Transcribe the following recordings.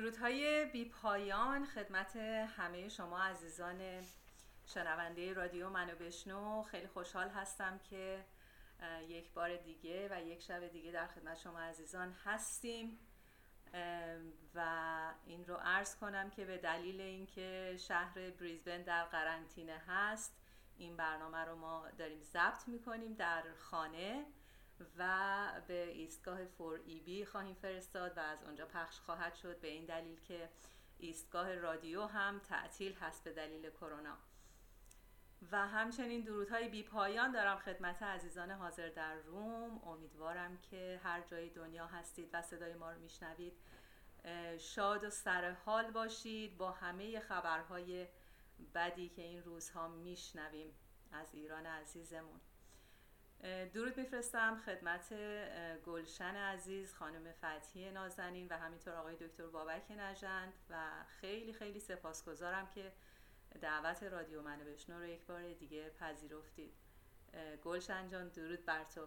درودهای بی پایان خدمت همه شما عزیزان شنونده رادیو منو بشنو. خیلی خوشحال هستم که یک بار دیگه و یک شب دیگه در خدمت شما عزیزان هستیم و این رو عرض کنم که به دلیل اینکه شهر بریزبن در قرنطینه هست، این برنامه رو ما داریم ضبط میکنیم در خانه و به ایستگاه 4EB خواهیم فرستاد و از اونجا پخش خواهد شد، به این دلیل که ایستگاه رادیو هم تعطیل هست به دلیل کرونا. و همچنین درودهای بی پایان دارم خدمت عزیزان حاضر در روم. امیدوارم که هر جای دنیا هستید و صدای ما رو میشنوید شاد و سرحال باشید با همه خبرهای بدی که این روزها میشنویم از ایران عزیزمون. درود میفرستم خدمت گلشن عزیز، خانم فتحی نازنین و همینطور آقای دکتر بابک نژند و خیلی خیلی سپاسگزارم که دعوت رادیو منو بشنو رو یک بار دیگه پذیرفتید. گلشن جان درود بر تو.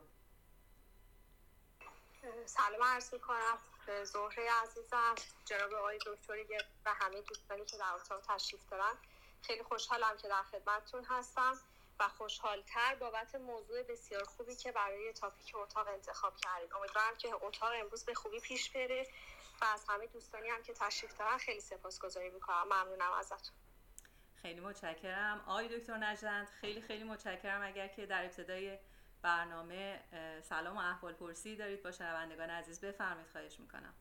سلام عرض میکنم به زهره عزیزم، جناب آقای دکتری و همه دوستانی که در اتاق تشریف دارن. خیلی خوشحالم که در خدمتتون هستم و خوشحالتر بابت موضوع بسیار خوبی که برای تاپیک اتاق انتخاب کردید. امیدوارم که اتاق امروز به خوبی پیش بره و از همه دوستانی هم که تشریف دارن خیلی سپاسگزاری میکنم. ممنونم ازتون. خیلی متشکرم آقای دکتر نژند، خیلی خیلی متشکرم. اگر که در ابتدای برنامه سلام و احوال پرسی دارید با شنوندگان عزیز بفرمایید، خواهش میکنم.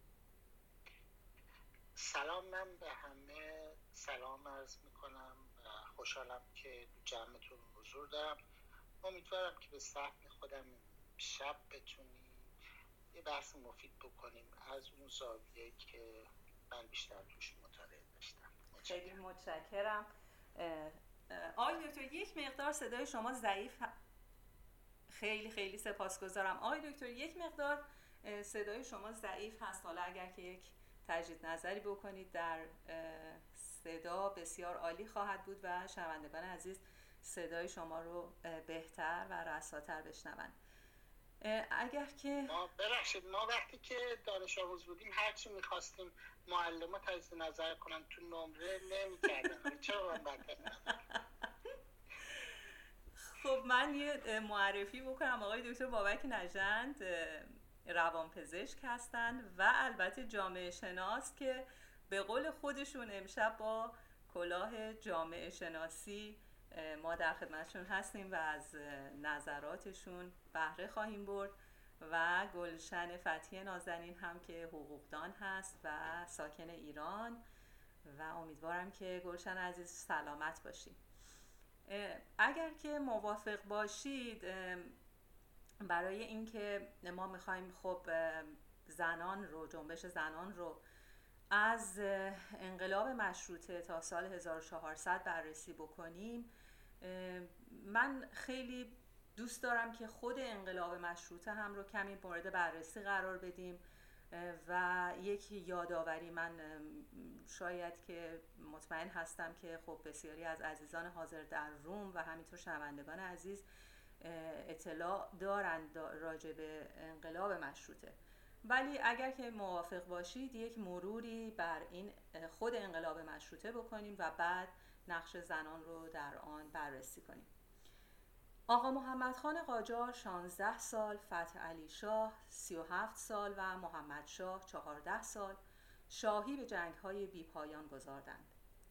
سلام، من به همه سلام عرض میکنم و خوشحالم که جمعتون حضور دارم. امیدوارم که به سهم خودم شب بتونیم یه بحث مفید بکنیم از اون زاویه‌ای که من بیشتر توش مطالعه داشتم. خیلی متشکرم. آقای دکتر یک مقدار صدای شما ضعیف خیلی خیلی سپاسگزارم. آقای دکتر یک مقدار صدای شما ضعیف هست، حالا اگر که یک تجدید نظری بکنید در صدا بسیار عالی خواهد بود و شنوندگان عزیز صدای شما رو بهتر و رساتر بشنون. اگر که ببخشید، ما وقتی که دانش آموز بودیم هرچی میخواستیم معلم ها تجدید نظر کنن تو نمره نمیکردن. چرا من بدتر خب من یه معرفی بکنم. آقای دکتر بابک نژند روانپزشک هستند و البته جامعه شناس که به قول خودشون امشب با کلاه جامعه شناسی ما در خدمتشون هستیم و از نظراتشون بهره خواهیم برد. و گلشن فتحی نازنین هم که حقوقدان هست و ساکن ایران و امیدوارم که گلشن عزیز سلامت باشید. اگر که موافق باشید برای اینکه ما میخوایم خب زنان رو، جنبش زنان رو از انقلاب مشروطه تا سال 1400 بررسی بکنیم، من خیلی دوست دارم که خود انقلاب مشروطه هم رو کمی مورد بررسی قرار بدیم و یک یادآوری. من شاید که مطمئن هستم که خب بسیاری از عزیزان حاضر در روم و همینطور شنوندگان عزیز اطلاع دارند راجع به انقلاب مشروطه، ولی اگر که موافق باشید یک مروری بر این خود انقلاب مشروطه بکنیم و بعد نقش زنان رو در آن بررسی کنیم. آقا محمد خان قاجار 16 سال، فتح علی شاه 37 سال و محمد شاه 14 سال شاهی به جنگ‌های بی پایان گذاردند.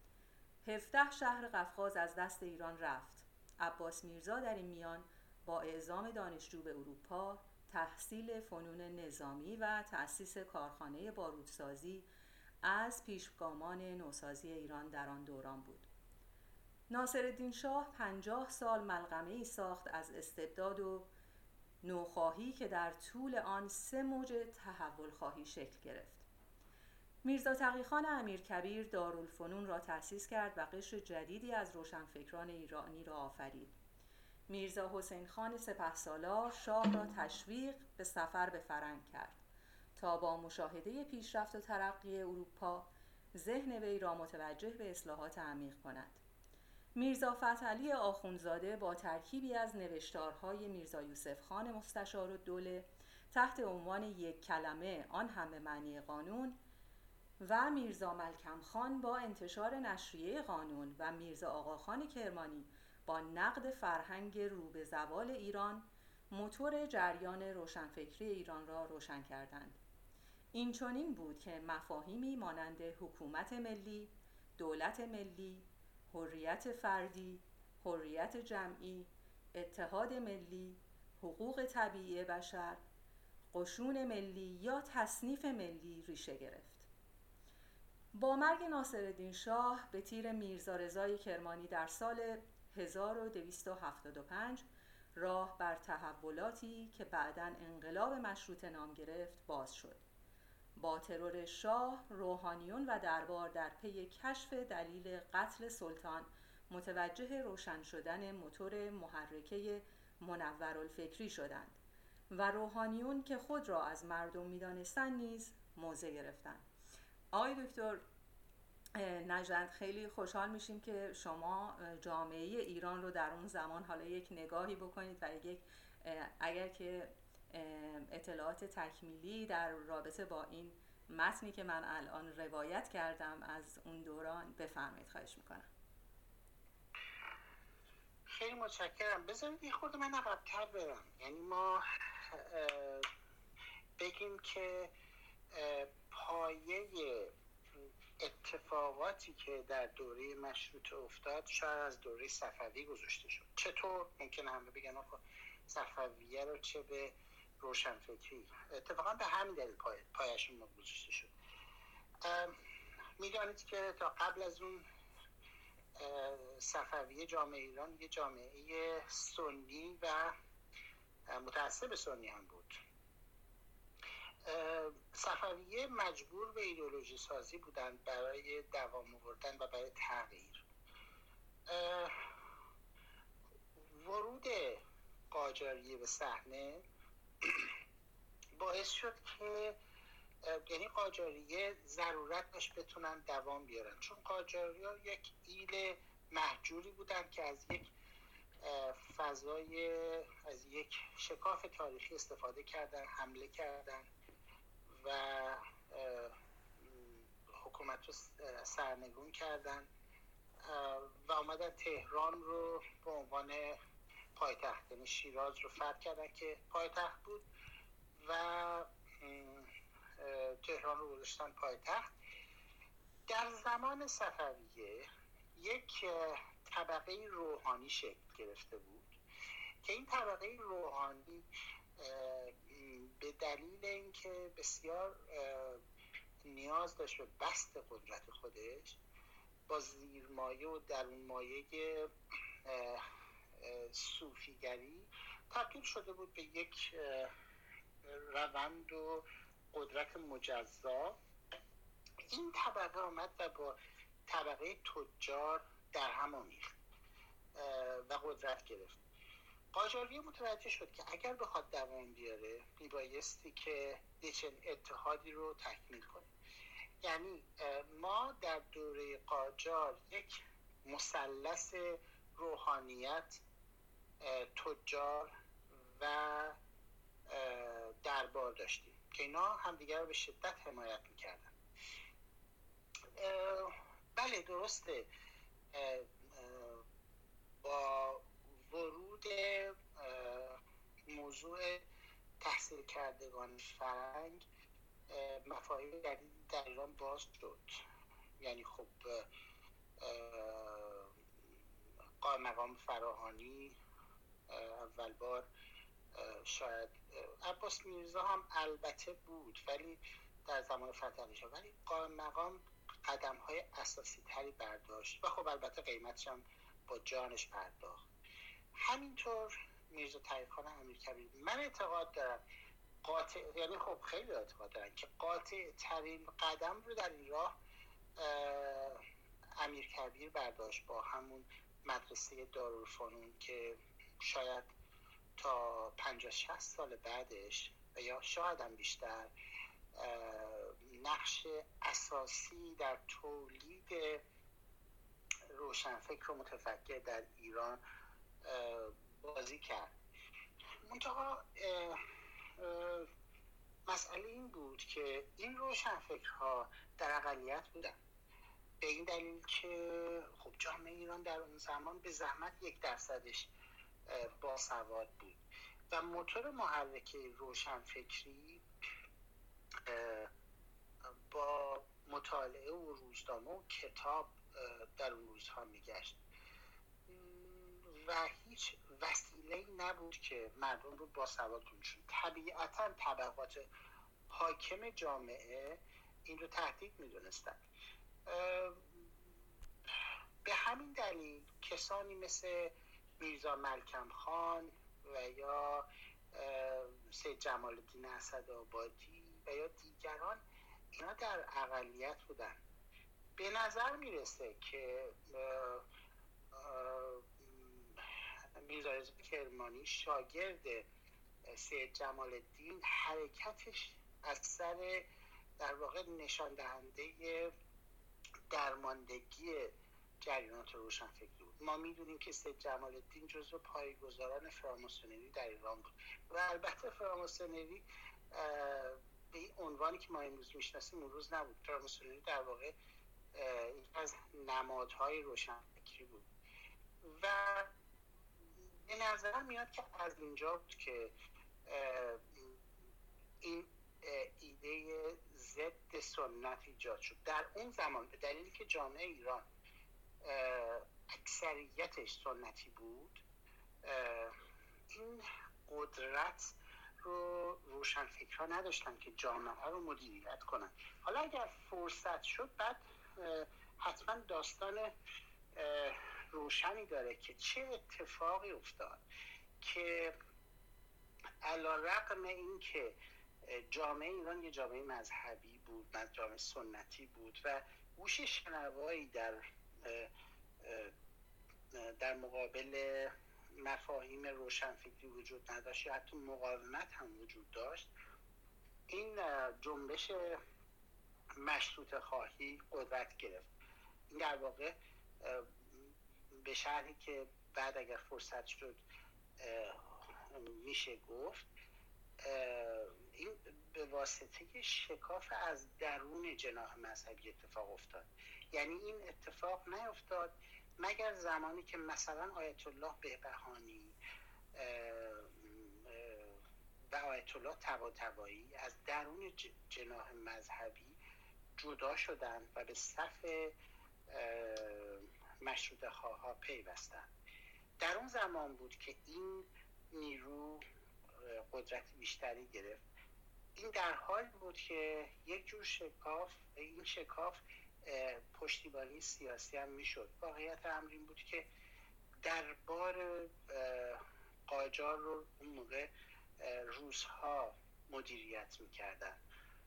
17 شهر قفقاز از دست ایران رفت. عباس میرزا در این میان با اعزام دانشجو به اروپا، تحصیل فنون نظامی و تأسیس کارخانه بارودسازی از پیشگامان نوسازی ایران در آن دوران بود. ناصرالدین شاه 50 سال ملغمه‌ای ساخت از استبداد و نوخواهی که در طول آن 3 موج تحول خواهی شکل گرفت. میرزا تقی‌خان امیرکبیر دارالفنون را تأسیس کرد و قشر جدیدی از روشنفکران ایرانی را آفرید. میرزا حسین خان سپهسالار شاه را تشویق به سفر به فرنگ کرد تا با مشاهده پیشرفت و ترقی اروپا ذهن وی را متوجه به اصلاحات عمیق کند. میرزا فتحعلی آخوندزاده با ترکیبی از نوشتارهای میرزا یوسف خان مستشارالدوله تحت عنوان یک کلمه آن هم به معنی قانون و میرزا ملکم خان با انتشار نشریه قانون و میرزا آقاخان کرمانی با نقد فرهنگ رو به زوال ایران موتور جریان روشنفکری ایران را روشن کردند. این چنین بود که مفاهیمی مانند حکومت ملی، دولت ملی، حریت فردی، حریت جمعی، اتحاد ملی، حقوق طبیعی بشر، قشون ملی یا تصنیف ملی ریشه گرفت. با مرگ ناصرالدین شاه به تیر میرزا رضای کرمانی در سال 1275 راه بر تحولاتی که بعداً انقلاب مشروطه نام گرفت باز شد. با ترور شاه، روحانیون و دربار در پی کشف دلیل قتل سلطان متوجه روشن شدن موتور محرکه منورالفکری شدند و روحانیون که خود را از مردم می‌دانستند نیز موضع گرفتند. آقای دکتر نژند، خیلی خوشحال میشیم که شما جامعه ایران رو در اون زمان حالا یک نگاهی بکنید و اگر که اطلاعات تکمیلی در رابطه با این متنی که من الان روایت کردم از اون دوران بفرمایید، خواهش میکنم. خیلی متشکرم. بذارید یه خورده من عقب‌تر برم. یعنی ما بگیم که پایه اتفاقاتی که در دوره مشروطه افتاد شاید از دوره صفوی گذاشته شد. چطور؟ ممکنه همه بگن آقا صفویه رو چه به روشنفکری. اتفاقا به همین دلیل پایش ما گذاشته شد. میدانید که تا قبل از اون صفویه جامعه ایران یه جامعه سنی و متعصب سنی هم بود. صفویه مجبور به ایدئولوژی سازی بودند برای دوام آوردن و برای تغییر. ورود قاجاریه به صحنه باعث شد که یعنی قاجاریه ضرورت داشت بتونن دوام بیارن، چون قاجاری‌ها یک ایل محجوری بودن که از یک فضای، از یک شکاف تاریخی استفاده کردن، حمله کردن و حکومت رو سرنگون کردن و آمدن تهران رو به عنوان پایتخت، یعنی شیراز رو فتح کردن که پایتخت بود و تهران رو گذاشتن پایتخت. در زمان صفویه یک طبقه روحانی شکل گرفته بود که این طبقه روحانی به دلیل اینکه بسیار نیاز داشت به بسط قدرت خودش، با زیرمایه و درون مایه صوفیگری تبدیل شده بود به یک روند و قدرت مجزا. این طبقه آمد و با طبقه تجار در هم آمیخت و قدرت گرفت. قاجاریه متوجه شد که اگر بخواد دوام بیاره میبایستی که چنین اتحادی رو تکمیل کنه. یعنی ما در دوره قاجار یک مثلث روحانیت، تجار و دربار داشتیم که اینا همدیگر رو به شدت حمایت میکردن. بله درسته، با ورود موضوع تحصیل کردگان فرهنگ مفاهیم جدیدی در ایران باز شد. یعنی خب مقام فراهانی اول بار، شاید عباس میرزا هم البته بود ولی در زمان فتحعلی شد، ولی مقام قدم های اساسی تری برداشت و خب البته قیمتش هم با جانش پرداخت. همینطور میرزا تقی‌خان امیرکبیر. من اعتقاد دارم یعنی خب خیلی اعتقاد دارن که قاطع ترین قدم رو در این راه امیرکبیر برداشت با همون مدرسه دارالفنون که شاید تا 50-60 سال بعدش و یا شاید هم بیشتر نقش اساسی در تولید روشنفکر و متفکر در ایران بازی کرد. منتها مسئله این بود که این روشنفکرها در اقلیت بودن، به این دلیل که خب جامعه ایران در اون زمان به زحمت 1% باسواد بود و موتور محرک روشنفکری با مطالعه و روزنامه و کتاب در اون روزها میگشت و هیچ وسیله‌ای نبود که مردم رو باسواد کنه. طبیعتاً طبقات حاکم جامعه این رو تهدید میدونستن. به همین دلیل کسانی مثل میرزا ملکم خان و یا سید جمال الدین اسدآبادی و یا دیگران اینا در اقلیت بودن. به نظر میرسه که میرزا رضا کرمانی شاگرد سید جمال الدین حرکتش از سر در واقع نشان دهنده درماندگی جریانات روشنفکری بود. ما میدونیم که سید جمال الدین جزو پایه‌گذاران فراماسونری در ایران بود و البته فراماسونری به این عنوانی که ما امروز میشناسیم اون روز نبود. فراماسونری در واقع یکی از نمادهای روشنفکری بود و به نظر میاد که از اینجا بود که این ایده ضد سنت ایجاد شد. در اون زمان به دلیلی که جامعه ایران اکثریتش سنتی بود، این قدرت رو روشنفکرها نداشتن که جامعه رو مدیریت کنن. حالا اگر فرصت شد بعد حتما داستان روشنی داره که چه اتفاقی افتاد که علی‌رغم این که جامعه ایران یه جامعه مذهبی بود، جامعه سنتی بود و گوش شنوایی در مقابل مفاهیم روشنفکری وجود نداشت یا حتی مقاومت هم وجود داشت، این جنبش مشروطه خواهی قدرت گرفت. این در واقع به شرحی که بعد اگر فرصت شد میشه گفت این به واسطه شکاف از درون جناح مذهبی اتفاق افتاد. یعنی این اتفاق نیفتاد مگر زمانی که مثلا آیت الله بهبهانی و آیت الله طباطبایی از درون جناح مذهبی جدا شدند و به صف مشروطه خواها پیوستند. در اون زمان بود که این نیرو قدرت بیشتری گرفت. این در حال بود که یک جور شکاف پشتیبانی سیاسی هم میشد. واقعیت امر این بود که دربار قاجار رو اون موقع روس‌ها مدیریت میکردن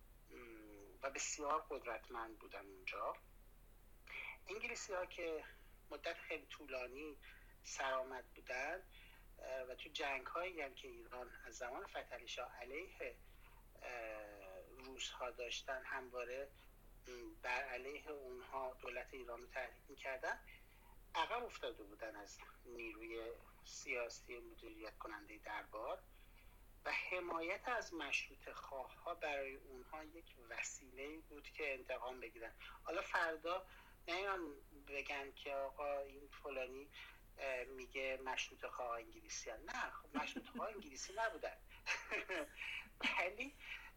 و بسیار قدرتمند بودن اونجا. انگلیسی‌ها که مدت خیلی طولانی سرآمد بودن و تو جنگ‌هایی هم که ایران از زمان فتحعلی شاه علیه روس‌ها داشتن همواره بر علیه اونها دولت ایران رو تحریک می‌کردن، عقب افتاده بودن از نیروی سیاسی مدیریت کننده دربار و حمایت از مشروطه خواه‌ها برای اونها یک وسیله بود که انتقام بگیرن. حالا فردا نیان بگن که آقا این فلانی میگه مشروطه خواه انگلیسی هن. نه، خب مشروطه خواه انگلیسی نبودن. ولی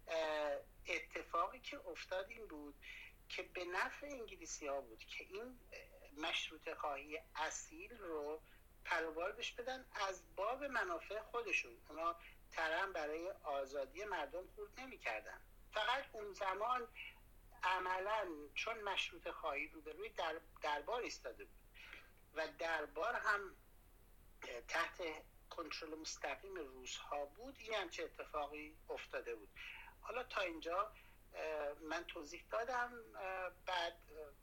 اتفاقی که افتاد این بود که به نفع انگلیسی ها بود که این مشروطه خواهی اصیل رو پروبال بش بدن از باب منافع خودشون. اونا ترم برای آزادی مردم خورد نمی کردن. فقط اون زمان عملاً چون مشروطه خواهی رو به روی دربار ایستاده بود و دربار هم تحت کنترل مستقیم روس‌ها بود، این هم چه اتفاقی افتاده بود. حالا تا اینجا من توضیح دادم. بعد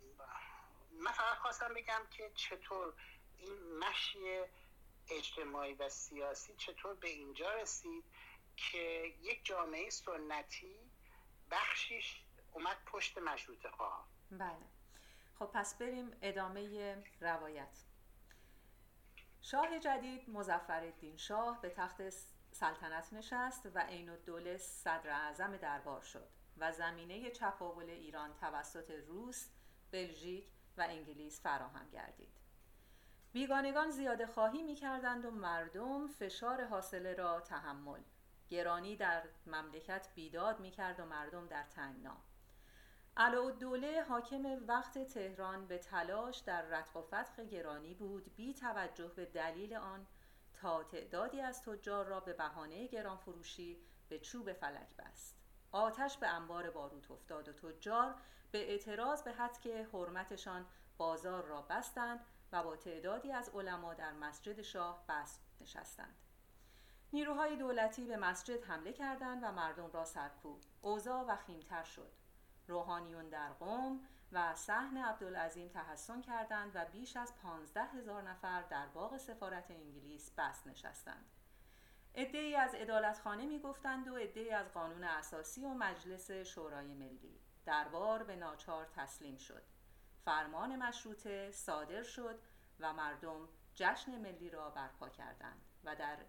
من فقط خواستم بگم که چطور این مشی اجتماعی و سیاسی چطور به اینجا رسید که یک جامعه سنتی بخشیش اومد پشت مشروطه خواه. بله. خب پس بریم ادامه روایت. شاه جدید مظفرالدین شاه به تخت سلطنت نشست و عین‌الدوله صدر اعظم دربار شد و زمینه چپاول ایران توسط روس، بلژیک و انگلیس فراهم گردید. بیگانگان زیاده خواهی می کردند و مردم فشار حاصله را تحمل. گرانی در مملکت بیداد می کرد و مردم در تنگنا. علاءالدوله حاکم وقت تهران به تلاش در رتق و فتق گرانی بود، بی توجه به دلیل آن تا تعدادی از تجار را به بهانه گران فروشی به چوب فلک بست. آتش به انبار باروت افتاد و تجار به اعتراض به هتک حرمتشان بازار را بستند و با تعدادی از علما در مسجد شاه بست نشستند. نیروهای دولتی به مسجد حمله کردند و مردم را سرکوب. اوضاع وخیم‌تر شد. روحانیون در قم و صحن عبدالعظیم تحصن کردند و بیش از 15,000 نفر در باغ سفارت انگلیس بست نشستند. عده‌ای از عدالتخانه می‌گفتند و عده‌ای از قانون اساسی و مجلس شورای ملی. دربار به ناچار تسلیم شد. فرمان مشروطه صادر شد و مردم جشن ملی را برپا کردند و در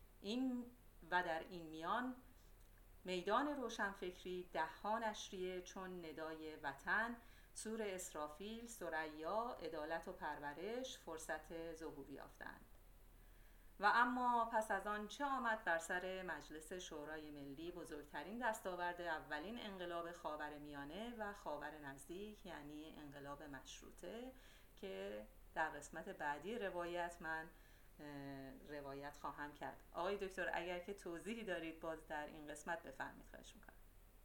این میان میدان روشنفکری ده‌ها نشریه چون ندای وطن، سور اسرافیل، ثریا، عدالت و پرورش فرصت ظهور یافتند. و اما پس از آن چه آمد بر سر مجلس شورای ملی؟ بزرگترین دستاورد اولین انقلاب خاورمیانه و خاور نزدیک، یعنی انقلاب مشروطه، که در قسمت بعدی روایت من روایت خواهم کرد. آقای دکتر اگر که توضیحی دارید باز در این قسمت بفرمایید، خواهش میکنم.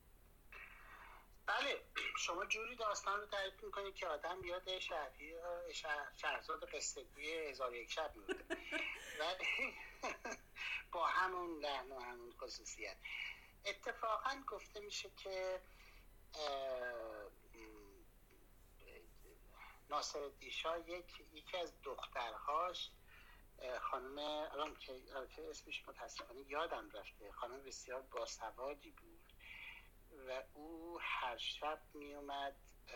بله، شما جوری داستان رو تعریف میکنید که آدم بیاد شهرزاد قصه‌گوی 1001 شب میبوده ولی با همون لحن و همون خصوصیت. اتفاقا گفته میشه که ناصرالدین شاه یکی از دخترهاش، خانم الان که اسمش متاسفانه یادم رفته، خانم بسیار باسوادی بود و او هر شب می اومد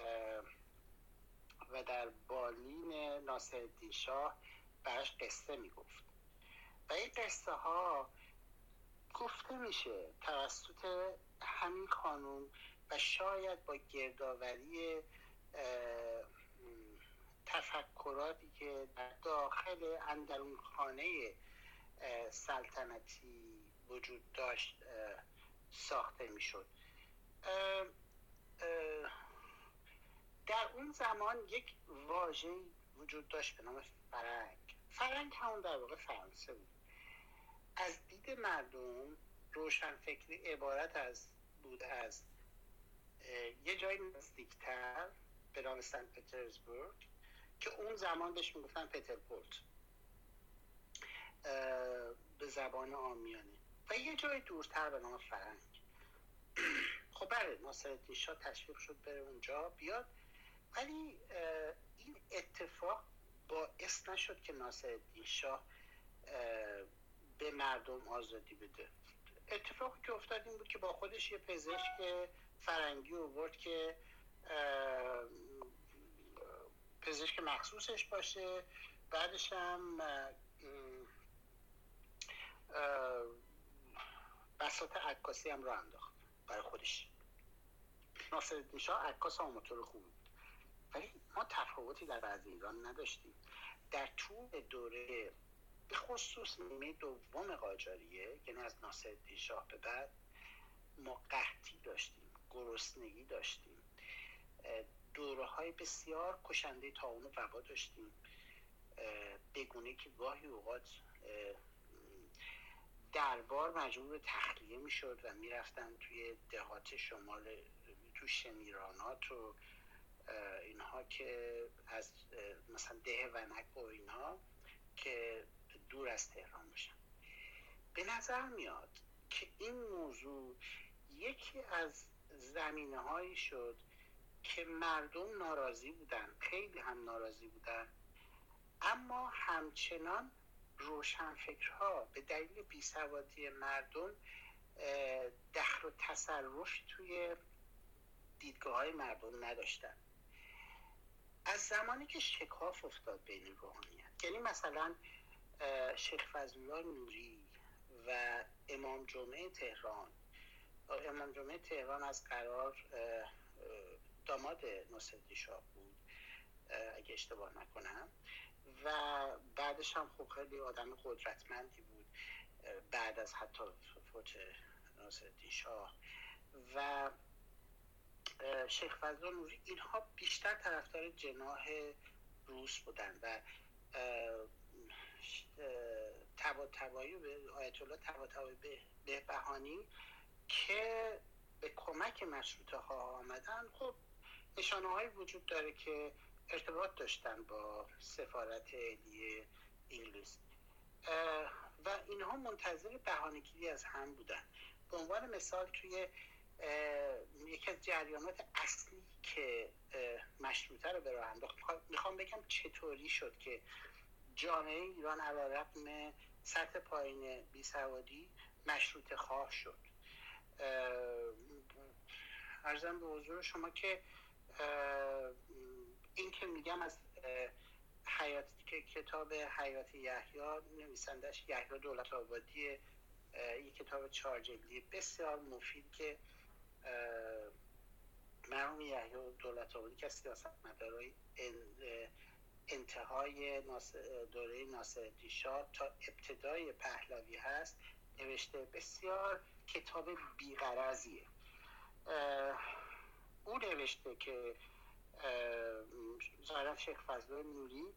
و در بالین ناصرالدین شاه براش قصه می گفت و این قصه ها گفته میشه توسط همین خانم و شاید با گردآوری تفکراتی که در داخل اندرون خانه سلطنتی وجود داشت ساخته میشد. در اون زمان یک واژه وجود داشت به نام فرنگ. فرنگ همون در واقع فرانسه بود. از دید مردم روشنفکری عبارت بود از یه جای نزدیکتر به نام سنت پترزبورگ که اون زمان بهش میگفتن پترپورت به زبان عامیانه، و یه جای دورتر به نام فرنگ. خب بله، ناصرالدین شاه تشویق شد بره اونجا بیاد، ولی این اتفاق باعث نشد که ناصرالدین شاه به مردم آزادی بده. اتفاقی که افتاد این بود که با خودش یه پزشک فرنگی آورد که پزشک مخصوصش باشه. بعدش هم بساط عکاسی هم را انداخت برای خودش. ناصرالدین شاه عکاس آماتور خوبی بود، ولی ما تفاوتی در وضع ایران نداشتیم. در طول دوره به خصوص نیمه دوم قاجاریه، یعنی از ناصرالدین شاه به بعد، ما قحطی داشتیم، گرسنگی داشتیم، دوره‌های بسیار کشنده طاعون و وبا داشتیم، بگونه که گاهی اوقات دربار مجبور به تخلیه میشد و میرفتن توی دهات شمال، تو شمیرانات و اینها که از مثلا ده ونک و اینها که دور از تهران باشن. به نظر میاد که این موضوع یکی از زمینه هایی شد که مردم ناراضی بودن، خیلی هم ناراضی بودن، اما همچنان روشنفکرها به دلیل بیسوادی مردم دخل و تصرفی توی دیدگاه های مردم نداشتن. از زمانی که شکاف افتاد بین روحانیت، یعنی مثلا شیخ فضلالله نوری و امام جمعه تهران از قرار داماد ناصرالدین شاه بود اگه اشتباه نکنم، و بعدش هم خب خیلی آدم قدرتمندی بود بعد از حتی فوت ناصرالدین شاه. و شیخ فضل نوری اینها بیشتر طرفدار جناح روس بودن و طباطبایی به آیت الله طباطبایی بهبهانی که به کمک مشروطه ها آمدن، خب نشانه هایی وجود داره که ارتباط داشتن با سفارت عالی انگلیس و اینها منتظر بهانه‌گیری از هم بودن. به عنوان مثال توی یکی از جریانات اصلی که مشروطه رو به راه انداخت، میخوام بگم چطوری شد که جامعه ایران علیرغم سطح پایین بیسوادی مشروطه خواه شد. عرضم به حضور شما که این که میگم از کتاب حیات یحیی، نویسندش یحیی دولت‌آبادی، یک کتاب 4 جلدی بسیار مفید که مرحوم یحیی دولت‌آبادی که سیاستمدارای انتهای دوره ناصرالدین شاه تا ابتدای پهلوی هست نوشته. بسیار کتاب بی‌غرضیه. او نوشته که ظاهرا شیخ فضل نوری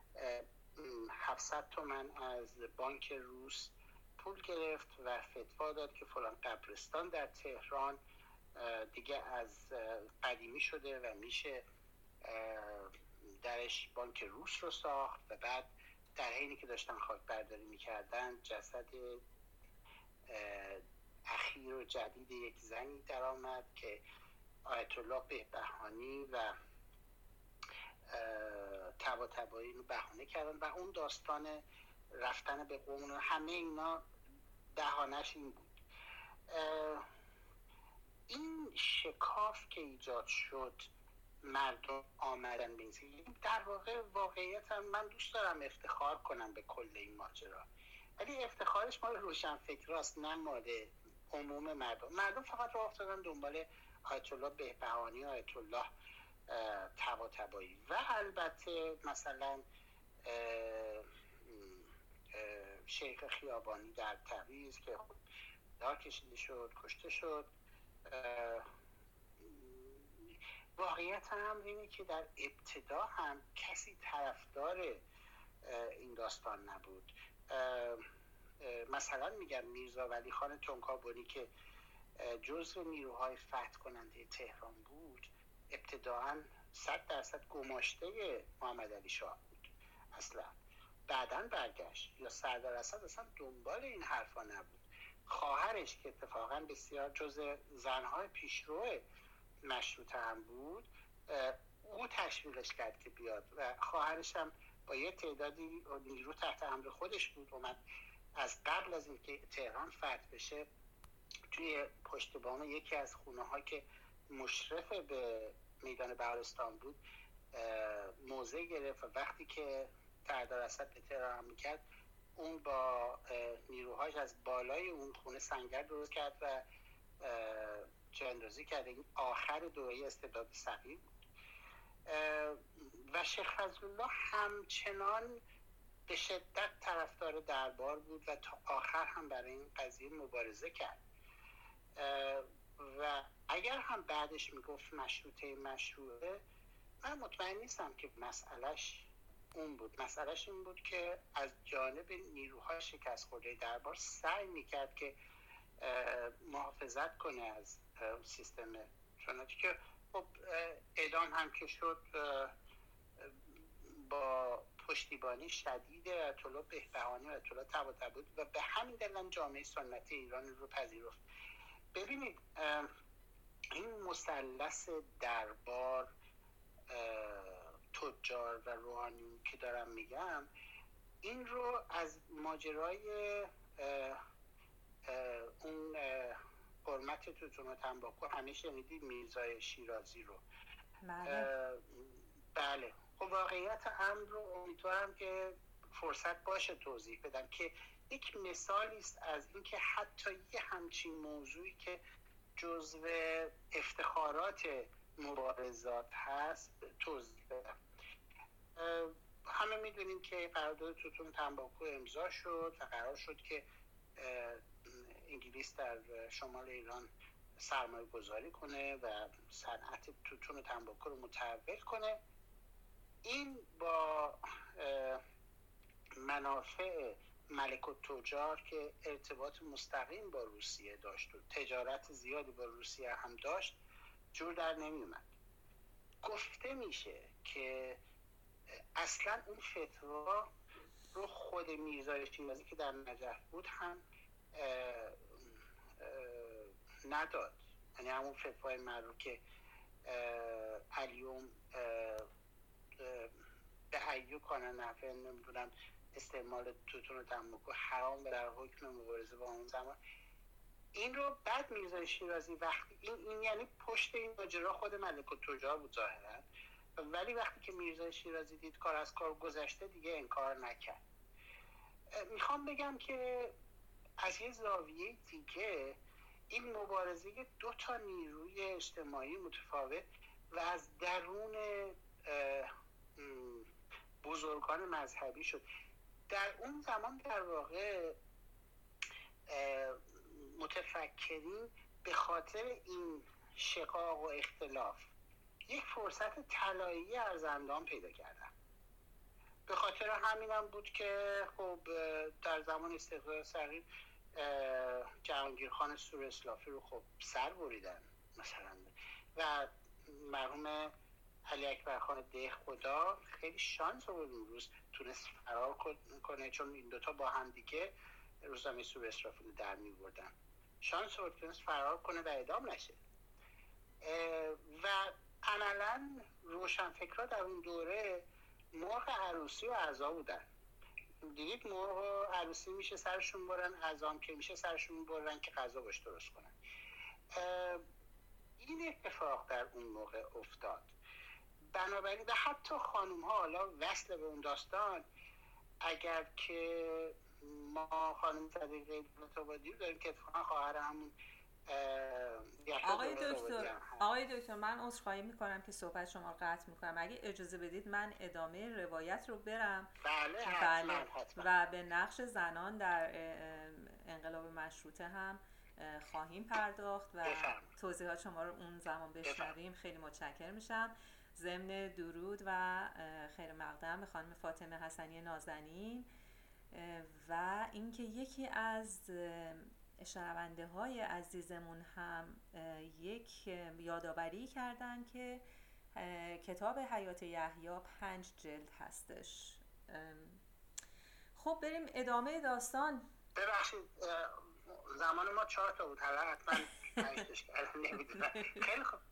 700 تومن از بانک روس پول گرفت و فتوا داد که فلان قبرستان در تهران دیگه از قدیمی شده و میشه درش بانک روس رو ساخت. و بعد در حینی که داشتن خاک برداری میکردن جسد اخیر و جدید یک زنی در آمد که آیت الله بهبهانی و طباطبایی رو بهانه کردن و اون داستان رفتن به قم، همه اینا بهانه‌اش این بود. این شکاف که ایجاد شد، مردم آمدن به این، در واقعیت هم من دوست دارم افتخار کنم به کل این ماجرا، ولی افتخارش مال روشنفکراست نه مال عموم مردم فقط راه افتادن دنبال آیت الله بهبهانی و آیت الله طباطبایی. و البته مثلا شیخ خیابانی در تبریز که دار کشیده شد، کشته شد. واقعیت هم اینه که در ابتدا هم کسی طرفدار این داستان نبود. مثلا میگم میرزا ولی خان تنکابنی که جزو نیروهای فتح کننده تهران بود، ابتداعاً 100% گماشته محمد علی شاه بود اصلا. بعداً برگشت. یا سردار اسد اصلا دنبال این حرفا نبود. خواهرش که اتفاقاً بسیار جزو زنهای پیشرو مشروطه هم بود، او تشویقش کرد که بیاد و خواهرش هم با یه تعدادی نیرو تحت امر خودش بود اومد از قبل از اینکه تهران فتح بشه توی پشت بام یکی از خونه ها که مشرف به میدان بهارستان بود موضع گرفت و وقتی که سردار اسد به تهران میکرد اون با نیروهاش از بالای اون خونه سنگر درست کرد و چندازی کرد. این آخر دوره استبداد صفوی بود. و شیخ فضل الله همچنان به شدت طرفدار دربار بود و تا آخر هم برای این قضیه مبارزه کرد. و اگر هم بعدش میگفت مشروطه، من مطمئن نیستم که مسئلهش اون بود. مسئلهش این بود که از جانب نیروهای شکست خورده دربار سعی میکرد که محافظت کنه از سیستم، چنانچه که خب اعدام هم که شد با پشتیبانی شدید آیت الله بهبهانی و آیت الله طباطبایی و به همین دلیل جامعه سنتی ایران رو پذیرفت. ببینید این مثلث دربار، تجار و روحانیون که دارم میگم، این رو از ماجرای اون حرمت توتون و تنباکو همه شنیدید، میرزای شیرازی رو. بله. خب واقعیت امر رو امیدوارم که فرصت باشه توضیح بدم که یک مثالی است از اینکه حتی یه همچین موضوعی که جزو افتخارات مبارزات هست توضیح بدم. همه میدونیم که قرارداد توتون تنباکو امضا شد و قرار شد که انگلیس در شمال ایران سرمایه گذاری کنه و صنعت توتون و تنباکو رو متحول کنه. این با منافع ملک التجار که ارتباط مستقیم با روسیه داشت و تجارت زیادی با روسیه هم داشت جور در نمی اومد. گفته میشه که اصلا اون فتوا رو خود میرزا شیرازی که در نجف بود هم نداد. یعنی همون فتوای معروف که الیوم به ایو کانه نفع نمیدونم استعمال توتون و تنباکو حرام در حکم مبارزه با اون زمان، این رو بعد میرزا شیرازی وقتی این یعنی پشت این ماجرا خود ملک التجار بود ظاهرا، ولی وقتی که میرزا شیرازی دید کار از کار گذشته دیگه انکار نکرد. میخوام بگم که از یه زاویه دیگه این مبارزه دو تا نیروی اجتماعی متفاوت و از درون بزرگان مذهبی شد. در اون زمان در واقع متفکرین به خاطر این شقاق و اختلاف یک فرصت طلایی ارزندان پیدا کردن. به خاطر همینم بود که خب در زمان استقلال صغیر جهانگیر خان سور اسلافی رو خب سر بریدن مثلا و مرحوم علی اکبر خان دهخدا خیلی شانس آورد اون روز تونست فرار کنه، چون این دوتا با هم دیگه روزنامه سور اسلافی رو در می بردن. شانس آورد تونست فرار کنه و اعدام نشه. و عملا روشنفکرها در اون دوره مرغ عروسی و عزا بودن. دیدید مرغ و عروسی میشه سرشون برن، عزام که میشه سرشون برن که غذا باش درست کنن. این اتفاق در اون موقع افتاد. بنابراین و حتی خانوم ها، حالا وصل به اون داستان، اگر که ما خانم صدیقه دولت‌آبادی رو داریم که اتفاقا خواهر همون آقای دکتر من عذرخواهی میکنم که صحبت شما رو قطع میکنم. اگه اجازه بدید من ادامه روایت رو برم. بله حتما. و به نقش زنان در انقلاب مشروطه هم خواهیم پرداخت و توضیحات شما رو اون زمان بشنویم. خیلی متشکرم میشم. ضمن درود و خیر مقدم به خانم فاطمه حسنی نازنین و اینکه یکی از شنونده های عزیزمون هم یک یادآوری کردن که کتاب حیات یحیی 5 جلد هستش. خب بریم ادامه داستان. ببخشید زمان ما 4 تا بود، حالا حتما 5 تاش کردم نمیدونم. خیلی خوب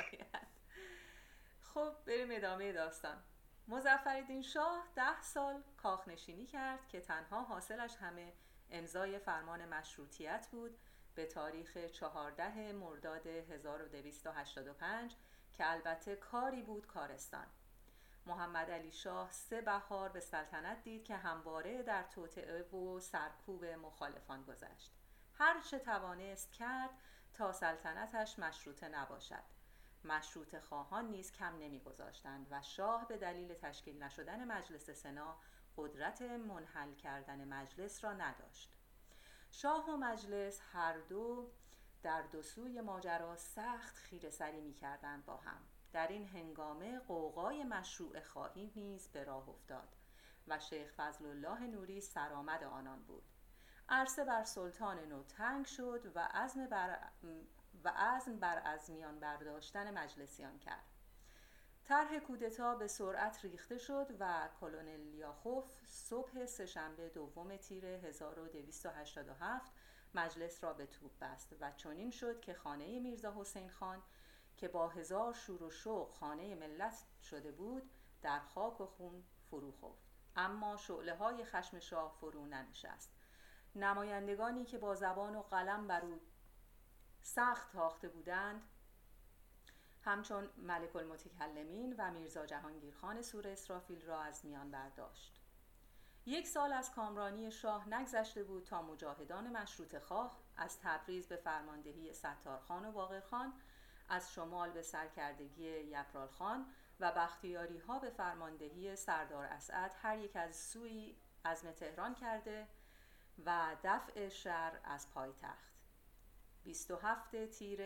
خب بریم ادامه داستان. مظفرالدین شاه 10 سال کاخنشینی کرد که تنها حاصلش همه امضای فرمان مشروطیت بود به تاریخ 14 مرداد 1285 که البته کاری بود کارستان. محمد علی شاه 3 بهار به سلطنت دید که همواره در توطئه و سرکوب مخالفان گذشت. هر چه توانست کرد تا سلطنتش مشروطه نباشد. مشروطه خواهان نیز کم نمی‌گذاشتند و شاه به دلیل تشکیل نشدن مجلس سنا قدرت منحل کردن مجلس را نداشت. شاه و مجلس هر دو در دو سوی ماجرا سخت خیره‌سری می‌کردند با هم. در این هنگامه غوغای مشروع خواهی نیز به راه افتاد و شیخ فضل الله نوری سرآمد آنان بود. عرصه بر سلطان نو تنگ شد و عزم بر از میان برداشتن مجلسیان کرد. طرح کودتا به سرعت ریخته شد و کلونل لیاخوف صبح سه‌شنبه 2 تیر 1287 مجلس را به توپ بست و چنین شد که خانه میرزا حسین خان که با 1000 شور و شوق خانه ملت شده بود در خاک و خون فرو خفت. اما شعله‌های خشم شاه فرو ننشست. نمایندگانی که با زبان و قلم بر او سخت تاخته بودند همچون ملک المتکلمین و میرزا جهانگیر خان سور اسرافیل را از میان برداشت. 1 سال از کامرانی شاه نگذشته بود تا مجاهدان مشروطه خواه از تبریز به فرماندهی ستارخان و باقرخان، از شمال به سرکردگی یپرالخان و بختیاری ها به فرماندهی سردار اسعد هر یک از سوی عزم تهران کرده و دفع شر از پایتخت. 27 تیر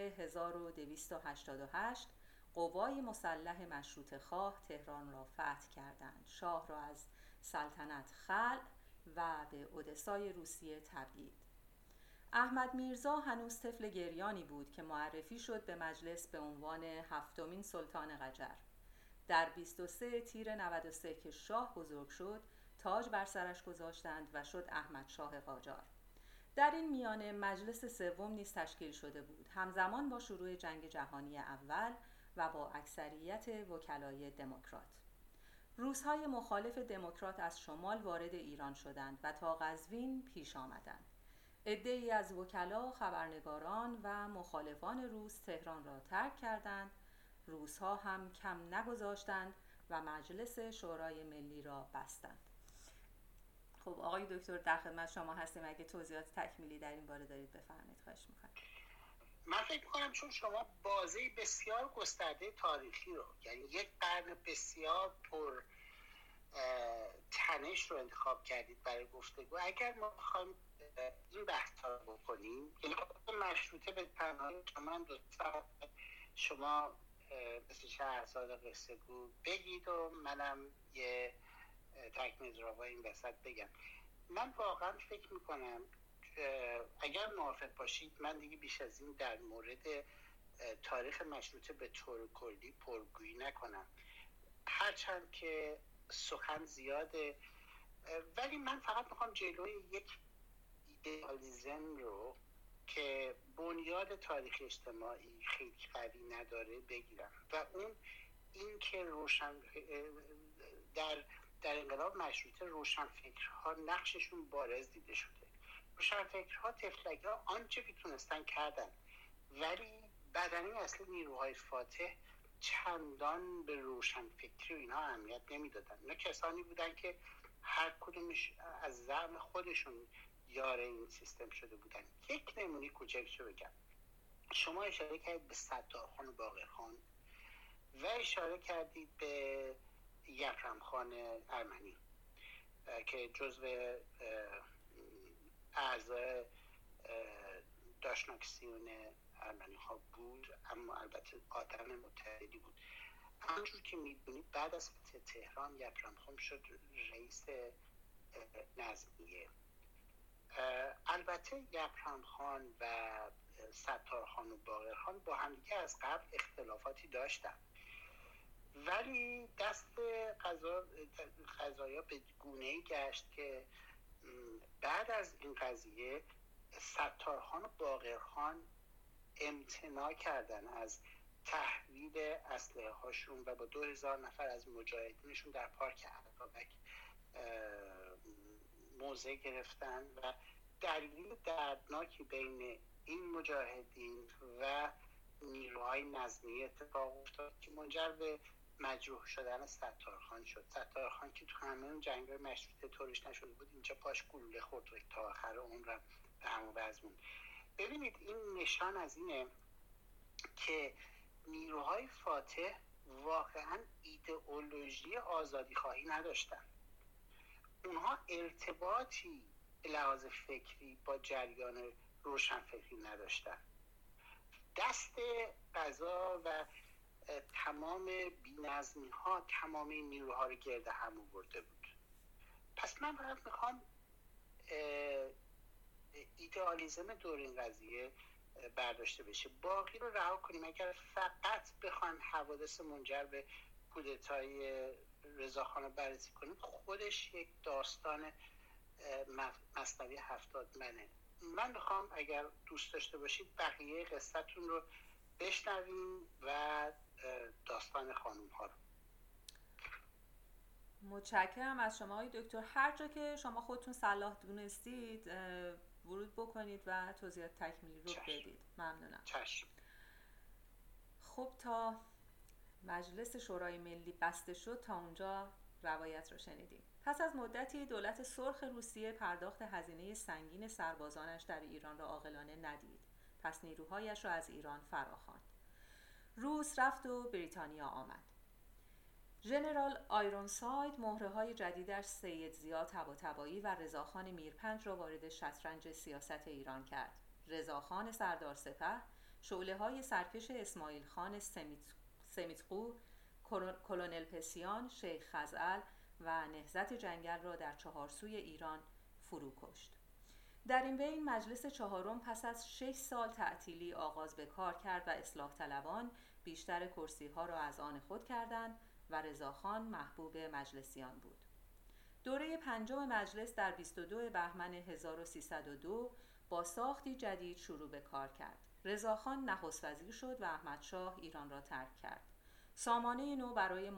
1288 قوای مسلح مشروطه خواه تهران را فتح کردند. شاه را از سلطنت خلع و به اودسای روسیه تبعید. احمد میرزا هنوز طفل گریانی بود که معرفی شد به مجلس به عنوان 7مین سلطان قجر. در 23 تیر 93 که شاه بزرگ شد، تاج بر سرش گذاشتند و شد احمد شاه قاجار. در این میانه مجلس سوم نیز تشکیل شده بود، همزمان با شروع جنگ جهانی اول و با اکثریت وکلای دموکرات. روس‌های مخالف دموکرات از شمال وارد ایران شدند و تا قزوین پیش آمدند. عده‌ای از وکلا، خبرنگاران و مخالفان روس تهران را ترک کردند. روس‌ها هم کم نگذاشتند و مجلس شورای ملی را بستند. خب آقای دکتر در خدمت شما هستیم، اگه توضیحات تکمیلی در این باره دارید بفرمایید، خواهش می‌کنم. من فکر می‌کنم چون شما بازه بسیار گسترده تاریخی رو، یعنی یک قرن بسیار پر تنش رو انتخاب کردید برای گفتگو، اگر ما بخوایم این بحث رو بکنیم، یعنی مشروطه به تنهایی من شما مثل شهرزاد قصه گو بگید و منم یه تکمیل را با این وسط بگم. من واقعا فکر میکنم اگر موافق باشید من دیگه بیش از این در مورد تاریخ مشروطه به طور کلی پرگویی نکنم، هرچند که سخن زیاده، ولی من فقط میخوام جلوی یک ایدئالیسم رو که بنیاد تاریخ اجتماعی خیلی قوی نداره بگیرم و اون این که در انقلاب مشروطه روشنفکرها نقششون بارز دیده شده. روشنفکرها طفلک‌ها آنچه که تونستن کردن، ولی بدنه اصلی نیروهای فاتح چندان به روشنفکری و اینها اهمیت نمیدادن. اینا کسانی بودن که هر کدومش از زعم خودشون یار این سیستم شده بودن. یک نمونه کوچکشو بگم. شما اشاره کردید به ستارخان و باقرخان و اشاره کردید به یکرمخان ارمنی که جزو اعضای داشناکسیون ارمنی ها بود، اما البته آدم متحدی بود. همونجور که میدونید بعد از فتح تهران یکرمخان شد رئیس نظمیه. البته یکرمخان و ستارخان و باقرخان با همدیگه از قبل اختلافاتی داشتن، ولی دست قضایا به گونه‌ای گشت که بعد از این قضیه ستارخان و باقرخان امتناع کردن از تحویل اسلحه هاشون و با 2000 نفر از مجاهدینشون در پارک اتابک موضع گرفتن و درگیری دردناکی بین این مجاهدین و نیروهای نظمیه اتفاق افتاد که منجر به مجروح شدن ستارخان شد. ستارخان که تو همه اون جنگ‌های مشروطه طورش نشده بود، اینجا پاش گلوله خورد و تا آخر عمرم به همون وضع موند. ببینید این نشان از اینه که نیروهای فاتح واقعا ایدئولوژی آزادی خواهی نداشتن. اونها ارتباطی به لحاظ فکری با جریان روشنفکری نداشتن. دست قضا و تمام بی‌نظمی ها تمام این نیروها رو گرد هم آورده بود. پس من فقط میخوام ایدئالیسم دور این قضیه برداشته بشه، باقی رو رها کنیم. اگر فقط بخوایم حوادث منجر به کودتای رضاخان رو بررسی کنیم، خودش یک داستان مثنوی 70 منه. من میخوام اگر دوست داشته باشید بقیه قصتون رو بشنویم و داستان خانوم ها رو. متشکرم از شما آقای دکتر. هر جا که شما خودتون صلاح دونستید ورود بکنید و توضیحات تکمیلی رو بدید. ممنونم. چشم. خب تا مجلس شورای ملی بسته شد تا اونجا روایت رو شنیدیم. پس از مدتی دولت سرخ روسیه پرداخت هزینه سنگین سربازانش در ایران را عاقلانه ندید. پس نیروهایش را از ایران فراخواند. روس رفت و بریتانیا آمد. ژنرال آیرونساید مهره‌های جدیدش سید ضیا طباطبایی و رضاخان میرپنج را وارد شطرنج سیاست ایران کرد. رضاخان سردار سپه شعله‌های سرکش اسماعیل خان سمیتقو، کلونل پسیان، شیخ خزعل و نهضت جنگل را در چهارسوی ایران فرو کشت. در این بین مجلس چهارم پس از 6 سال تعطیلی آغاز به کار کرد و اصلاح طلبان بیشتر کرسی‌ها را از آن خود کردند و رضاخان محبوب مجلسیان بود. دوره پنجم مجلس در 22 بهمن 1302 با ساختی جدید شروع به کار کرد. رضاخان نخست وزیر شد و احمدشاه ایران را ترک کرد. سامانه نو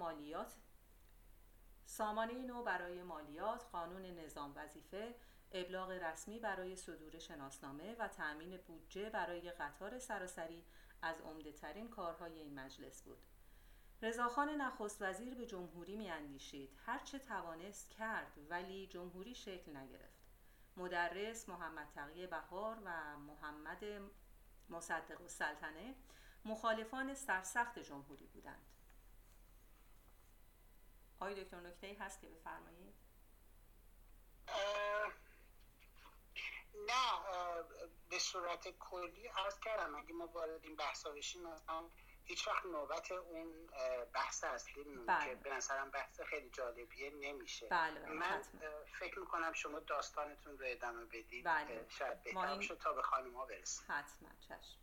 برای مالیات، قانون نظام وظیفه، ابلاغ رسمی برای صدور شناسنامه و تأمین بودجه برای قطار سراسری از عمده‌ترین کارهای این مجلس بود. رضاخان نخست وزیر به جمهوری می‌اندیشید. هر چه توانست کرد ولی جمهوری شکل نگرفت. مدرس، محمد تقی بهار و محمد مصدق السلطنه مخالفان سرسخت جمهوری بودند. آقای دکتر نکته‌ای هست که بفرمایید؟ نه، به صورت کلی عرض کردم اگه ما وارد این بحثا بشیم مثلا هیچ وقت نوبت اون بحث اصلی که به نظرم بحث خیلی جالبیه نمیشه. من فکر میکنم شما داستانتون رو ادامه بدید. شاید بهتر باشه تا به خانم‌ها برسیم. حتما. چشم.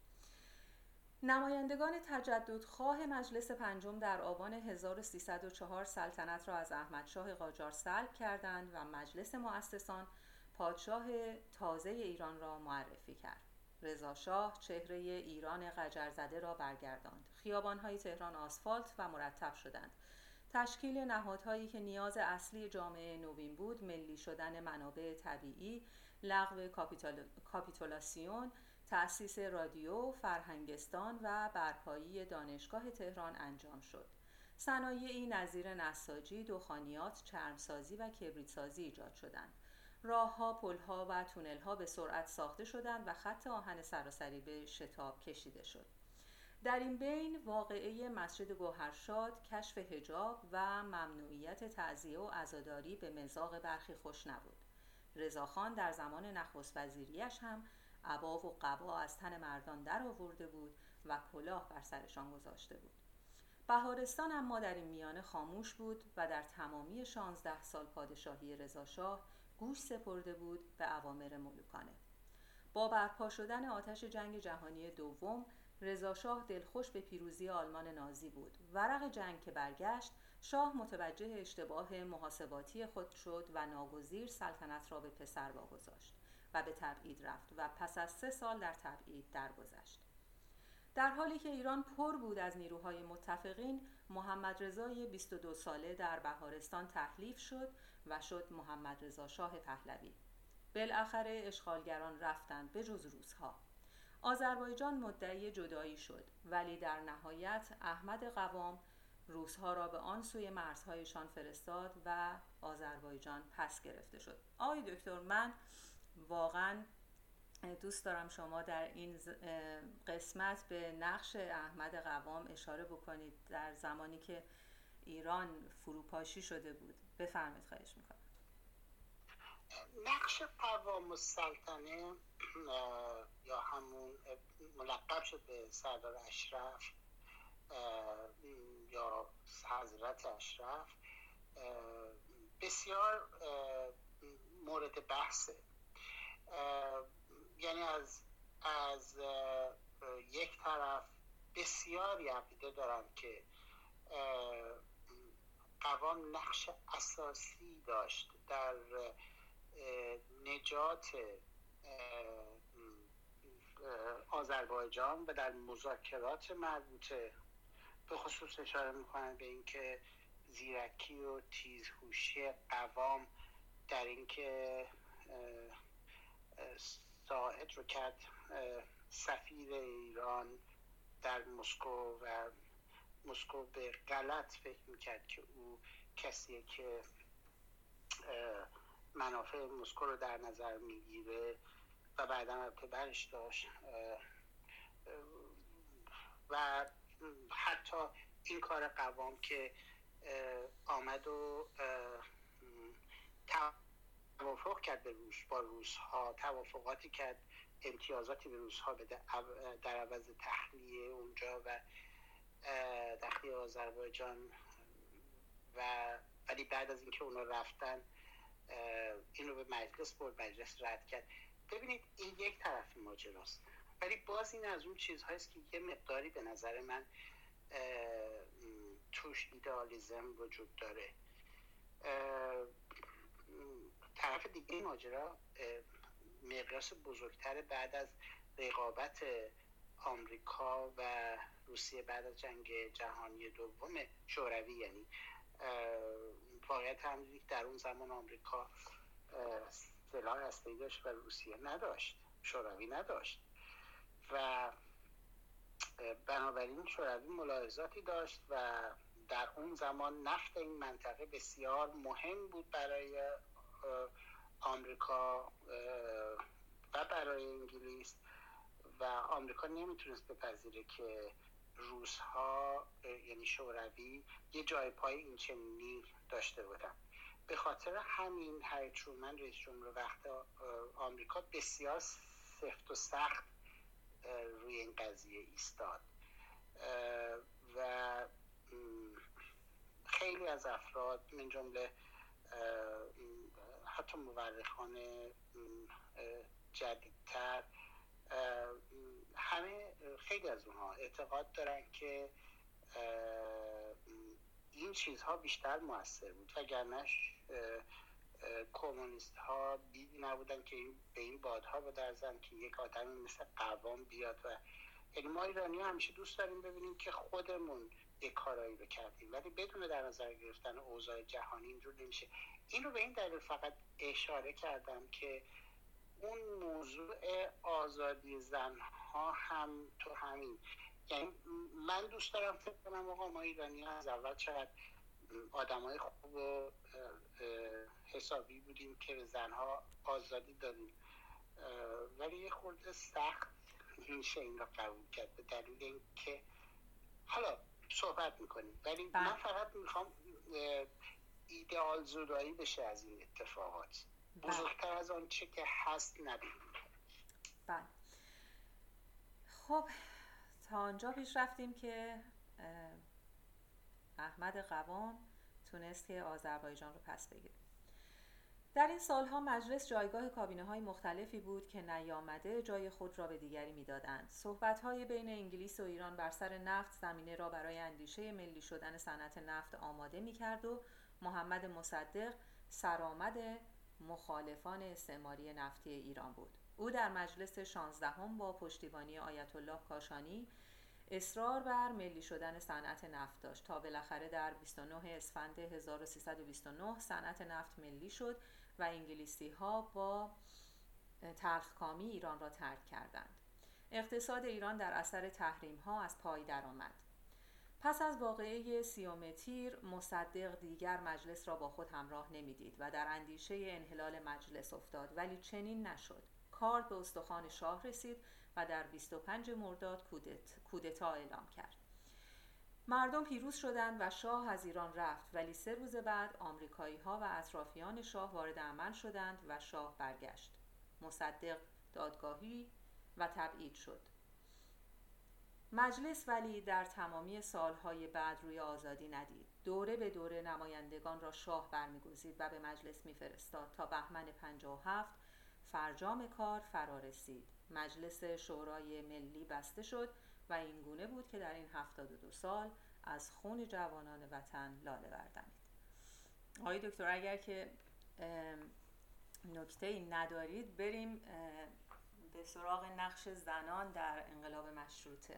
نمایندگان تجددخواه مجلس پنجم در آبان 1304 سلطنت را از احمدشاه قاجار سلب کردند و مجلس مؤسسان پادشاه تازه ایران را معرفی کرد. رضاشاه چهره ایران قجرزده را برگرداند. خیابان‌های تهران آسفالت و مرتب شدند. تشکیل نهادهایی که نیاز اصلی جامعه نوین بود، ملی شدن منابع طبیعی، لغو کاپیتولاسیون، تأسیس رادیو، فرهنگستان و برپایی دانشگاه تهران انجام شد. صنایعی نظیر نساجی، دخانیات، چرمسازی و کبریتسازی ایجاد شدند. راه‌ها، پل‌ها و تونل‌ها به سرعت ساخته شدند و خط آهن سراسری به شتاب کشیده شد. در این بین واقعه مسجد گوهرشاد، کشف حجاب و ممنوعیت تعزیه و عزاداری به مذاق برخی خوش نبود. رضاخان در زمان نخست وزیریش هم عبا و قبا از تن مردان در آورده بود و کلاه بر سرشان گذاشته بود. بهارستان اما در این میانه خاموش بود و در تمامی 16 سال پادشاهی رضاشاه گوش سپرده بود به اوامر ملوکانه. با برپا شدن آتش جنگ جهانی دوم، رضاشاه دلخوش به پیروزی آلمان نازی بود. ورق جنگ که برگشت، شاه متوجه اشتباه محاسباتی خود شد و ناگزیر سلطنت را به پسر واگذاشت و به تبعید رفت و پس از 3 سال در تبعید درگذشت. در حالی که ایران پر بود از نیروهای متفقین، محمد رضای 22 ساله در بهارستان تحلیف شد و شد محمد رضا شاه پهلوی. بالاخره اشغالگران رفتند به جز روس‌ها. آذربایجان مدعی جدایی شد، ولی در نهایت احمد قوام روس‌ها را به آن سوی مرزهایشان فرستاد و آذربایجان پس گرفته شد. آقای دکتر، من واقعاً دوست دارم شما در این قسمت به نقش احمد قوام اشاره بکنید در زمانی که ایران فروپاشی شده بود. بفرمایید، خواهش میکنم. نقش قوام السلطنه یا همون ملقب شد به سردار اشرف یا حضرت اشرف بسیار مورد بحثه. یعنی از یک طرف بسیاری عقیده دارن که قوام نقش اساسی داشت در نجات آذربایجان و در مذاکرات مربوطه. به خصوص اشاره میکنن به اینکه زیرکی و تیزهوشی قوام در اینکه ساعد رو کرد سفیر ایران در مسکو و مسکو به غلط فکر میکرد که او کسیه که منافع مسکو رو در نظر میگیره و بعدا البته برش داشت و حتی این کار قوام که آمد و توافق کرد با روس‌ها، توافقاتی کرد امتیازاتی به روس‌ها بده در عوض تخلیه اونجا و تخلیه آذربایجان ولی بعد از اینکه اونا رفتن اینو به مجلس برد، مجلس رد کرد. ببینید این یک طرف ماجراست، ولی باز این از اون چیزهاییست که یه مقداری به نظر من توش ایدئالیسم وجود داره. طرف دیگه ماجرا مقیاس بزرگتر بعد از رقابت آمریکا و روسیه بعد از جنگ جهانی دوم شوروی، یعنی واقعیت هم در اون زمان آمریکا سلاح هسته‌ای داشت و روسیه نداشت، شوروی نداشت و بنابراین شوروی ملاحظاتی داشت و در اون زمان نفت این منطقه بسیار مهم بود برای آمریکا و برای انگلیس و آمریکا نمیتونست بپذیره که روس‌ها یعنی شوروی یه جای پای این چنینی داشته بودن. به خاطر همین هری ترومن رئیس جمهور وقت آمریکا بسیار سفت و سخت روی این قضیه ایستاد و خیلی از افراد من جمله حتی مورخان جدیدتر همه خیلی از اونها اعتقاد دارن که این چیزها بیشتر مؤثر بود، وگرنه کمونیست ها بیدی نبودن که به این بادها بدرزن که یک آدمی مثل قوام بیاد و یعنی ما ایرانی ها همیشه دوست داریم ببینیم که خودمون یک کارایی رو کردیم، ولی بدون در نظر گرفتن اوضاع جهانی اینجور نمیشه. این رو به این دلیل فقط اشاره کردم که اون موضوع آزادی زنها هم تو همین، یعنی من دوست دارم فکر کنم آقا ما ایرانی ها از اول چقدر آدمای خوب و حسابی بودیم که به زنها آزادی دادیم، ولی یه خورده سخت میشه این رو قبول کرد به دلیل اینکه حالا صحبت میکنیم، ولی من فقط میخوام ایدئال زدایی بشه از این اتفاقات، بزرگتر از آن چه که هست نبینیم. بله خب تا آنجا پیش رفتیم که احمد قوام تونست که آذربایجان رو پس بگیره. در این سالها مجلس جایگاه کابینه‌های مختلفی بود که نیامده جای خود را به دیگری می‌دادند. صحبت‌های بین انگلیس و ایران بر سر نفت زمینه را برای اندیشه ملی شدن صنعت نفت آماده می‌کرد و محمد مصدق سرآمد مخالفان استعماری نفتی ایران بود. او در مجلس 16 با پشتیبانی آیت الله کاشانی اصرار بر ملی شدن صنعت نفت داشت تا بالاخره در 29 اسفند 1329 صنعت نفت ملی شد و انگلیسی‌ها با تلخکامی ایران را ترک کردند. اقتصاد ایران در اثر تحریم‌ها از پای درآمد. پس از واقعه 30 تیر مصدق دیگر مجلس را با خود همراه نمی‌دید و در اندیشه انحلال مجلس افتاد، ولی چنین نشد. کار به استخوان شاه رسید و در 25 مرداد کودتا اعلام کرد. مردم پیروز شدند و شاه از ایران رفت، ولی 3 روز بعد آمریکایی‌ها و اطرافیان شاه وارد عمل شدند و شاه برگشت. مصدق دادگاهی و تبعید شد. مجلس ولی در تمامی سالهای بعد روی آزادی ندید. دوره به دوره نمایندگان را شاه برمی‌گزید و به مجلس می‌فرستاد تا بهمن 57 فرجام کار فرا رسید. مجلس شورای ملی بسته شد و این گونه بود که در این 72 سال از خون جوانان وطن لاله بردمید. آقای دکتر اگر که نکته‌ای ندارید بریم به سراغ نقش زنان در انقلاب مشروطه.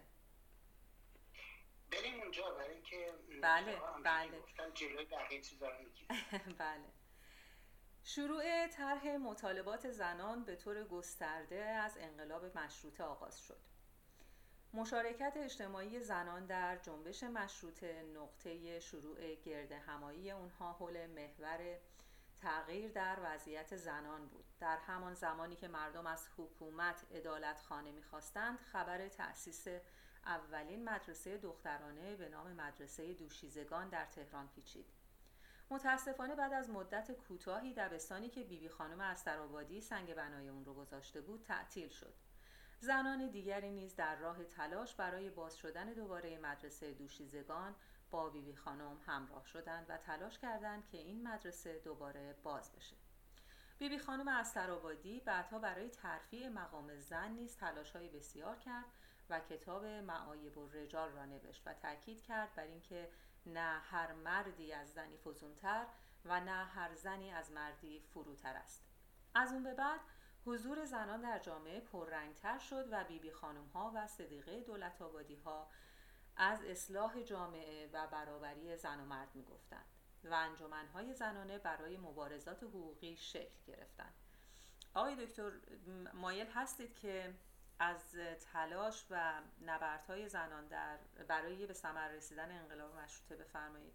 بریم اونجا برای اینکه بله گفتم جلوی بقیه چیزا رو میگیریم. بله. شروع طرح مطالبات زنان به طور گسترده از انقلاب مشروطه آغاز شد. مشارکت اجتماعی زنان در جنبش مشروطه نقطه شروع گرد همایی اونها حول محور تغییر در وضعیت زنان بود. در همان زمانی که مردم از حکومت عدالتخانه می‌خواستند، خبر تأسیس اولین مدرسه دخترانه به نام مدرسه دوشیزگان در تهران پیچید. متاسفانه بعد از مدت کوتاهی دبستانی که بیبی خانم استرآبادی سنگ بنای اون رو گذاشته بود تعطیل شد. زنان دیگری نیز در راه تلاش برای باز شدن دوباره مدرسه دوشیزگان با بیبی خانم همراه شدند و تلاش کردند که این مدرسه دوباره باز بشه. بیبی خانم استرآبادی بعدها برای ترفیع مقام زن نیز تلاش‌های بسیار کرد و کتاب معایب الرجال را نوشت و تاکید کرد بر اینکه نه هر مردی از زنی فزونتر و نه هر زنی از مردی فروتر است. از اون به بعد حضور زنان در جامعه پررنگتر شد و بیبی خانم ها و صدیقه دولت آبادی ها از اصلاح جامعه و برابری زن و مرد می گفتند و انجمن‌های زنانه برای مبارزات حقوقی شکل گرفتند. آقای دکتر مایل هستید که از تلاش و نبردهای زنان برای به ثمر رسیدن انقلاب مشروطه بفرمایید؟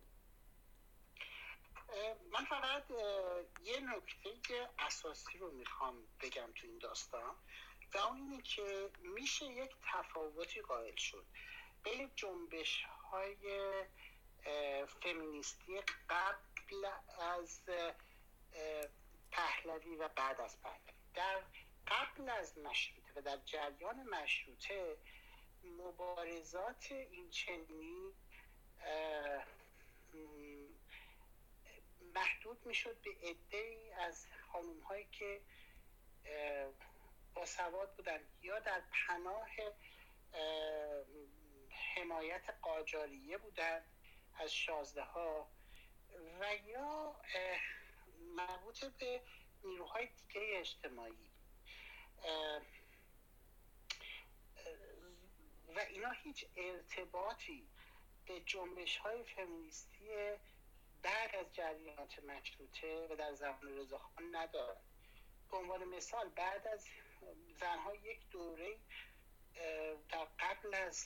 من فقط یه نکته اساسی رو میخوام بگم تو این داستان و اون اینه که میشه یک تفاوتی قائل شد بین جنبش های فمینیستی قبل از پهلوی و بعد از پهلوی. در قبل از مشروطه و در جریان مشروطه مبارزات این چنینی محدود میشد به عده‌ای از خانم‌هایی که باسواد بودن یا در پناه حمایت قاجاریه بودن از شازده‌ها و یا مربوط به نیروهای دیگه اجتماعی و اینا هیچ ارتباطی به جنبش‌های فمینیستی بعد از جریانات مشروطه و در زمان رضاخان ندارد. به عنوان مثال بعد از زنها یک دوره در قبل از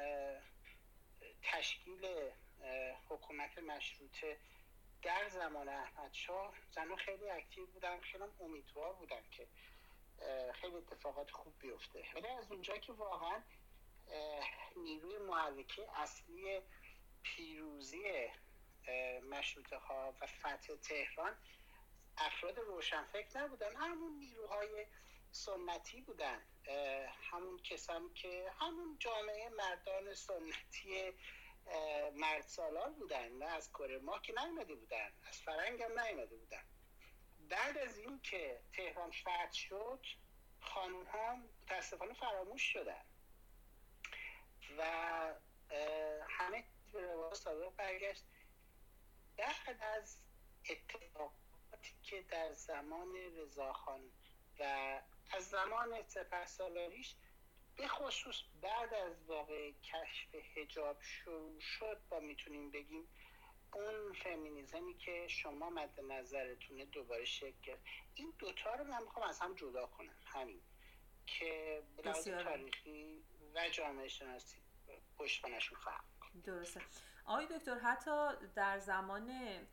تشکیل حکومت مشروطه در زمان احمدشاه زنها خیلی اکتیو بودن، خیلی امیدوار بودن که خیلی اتفاقات خوب بیفته. ولی از اونجا که واقعا نیروی محرکه اصلی پیروزی مشروطه ها و فتح تهران افراد روشنفکر نبودن، همون نیروهای سنتی بودن، همون کسانی که همون جامعه مردان سنتی مردسالار بودن، نه از کره ماه که نیامده بودن، از فرنگ هم نیامده بودن. بعد از این که تهران فتح شد خانوم ها متاسفانه فراموش شدن و همه به روال سابق برگشت. بعد از اتفاقاتی که در زمان رضاخان و از زمان سپهسالاریش به خصوص بعد از واقع کشف حجاب شروع شد و میتونیم بگیم اون فمینیزمی که شما مد نظرتونه دوباره شکل گرفت. این دوتا رو من میخوام از هم جدا کنم، همین که به لحاظ تاریخی و جامعه شناسی پشتوانه‌شون فرق کنه. درسته. آقای دکتر حتی در زمان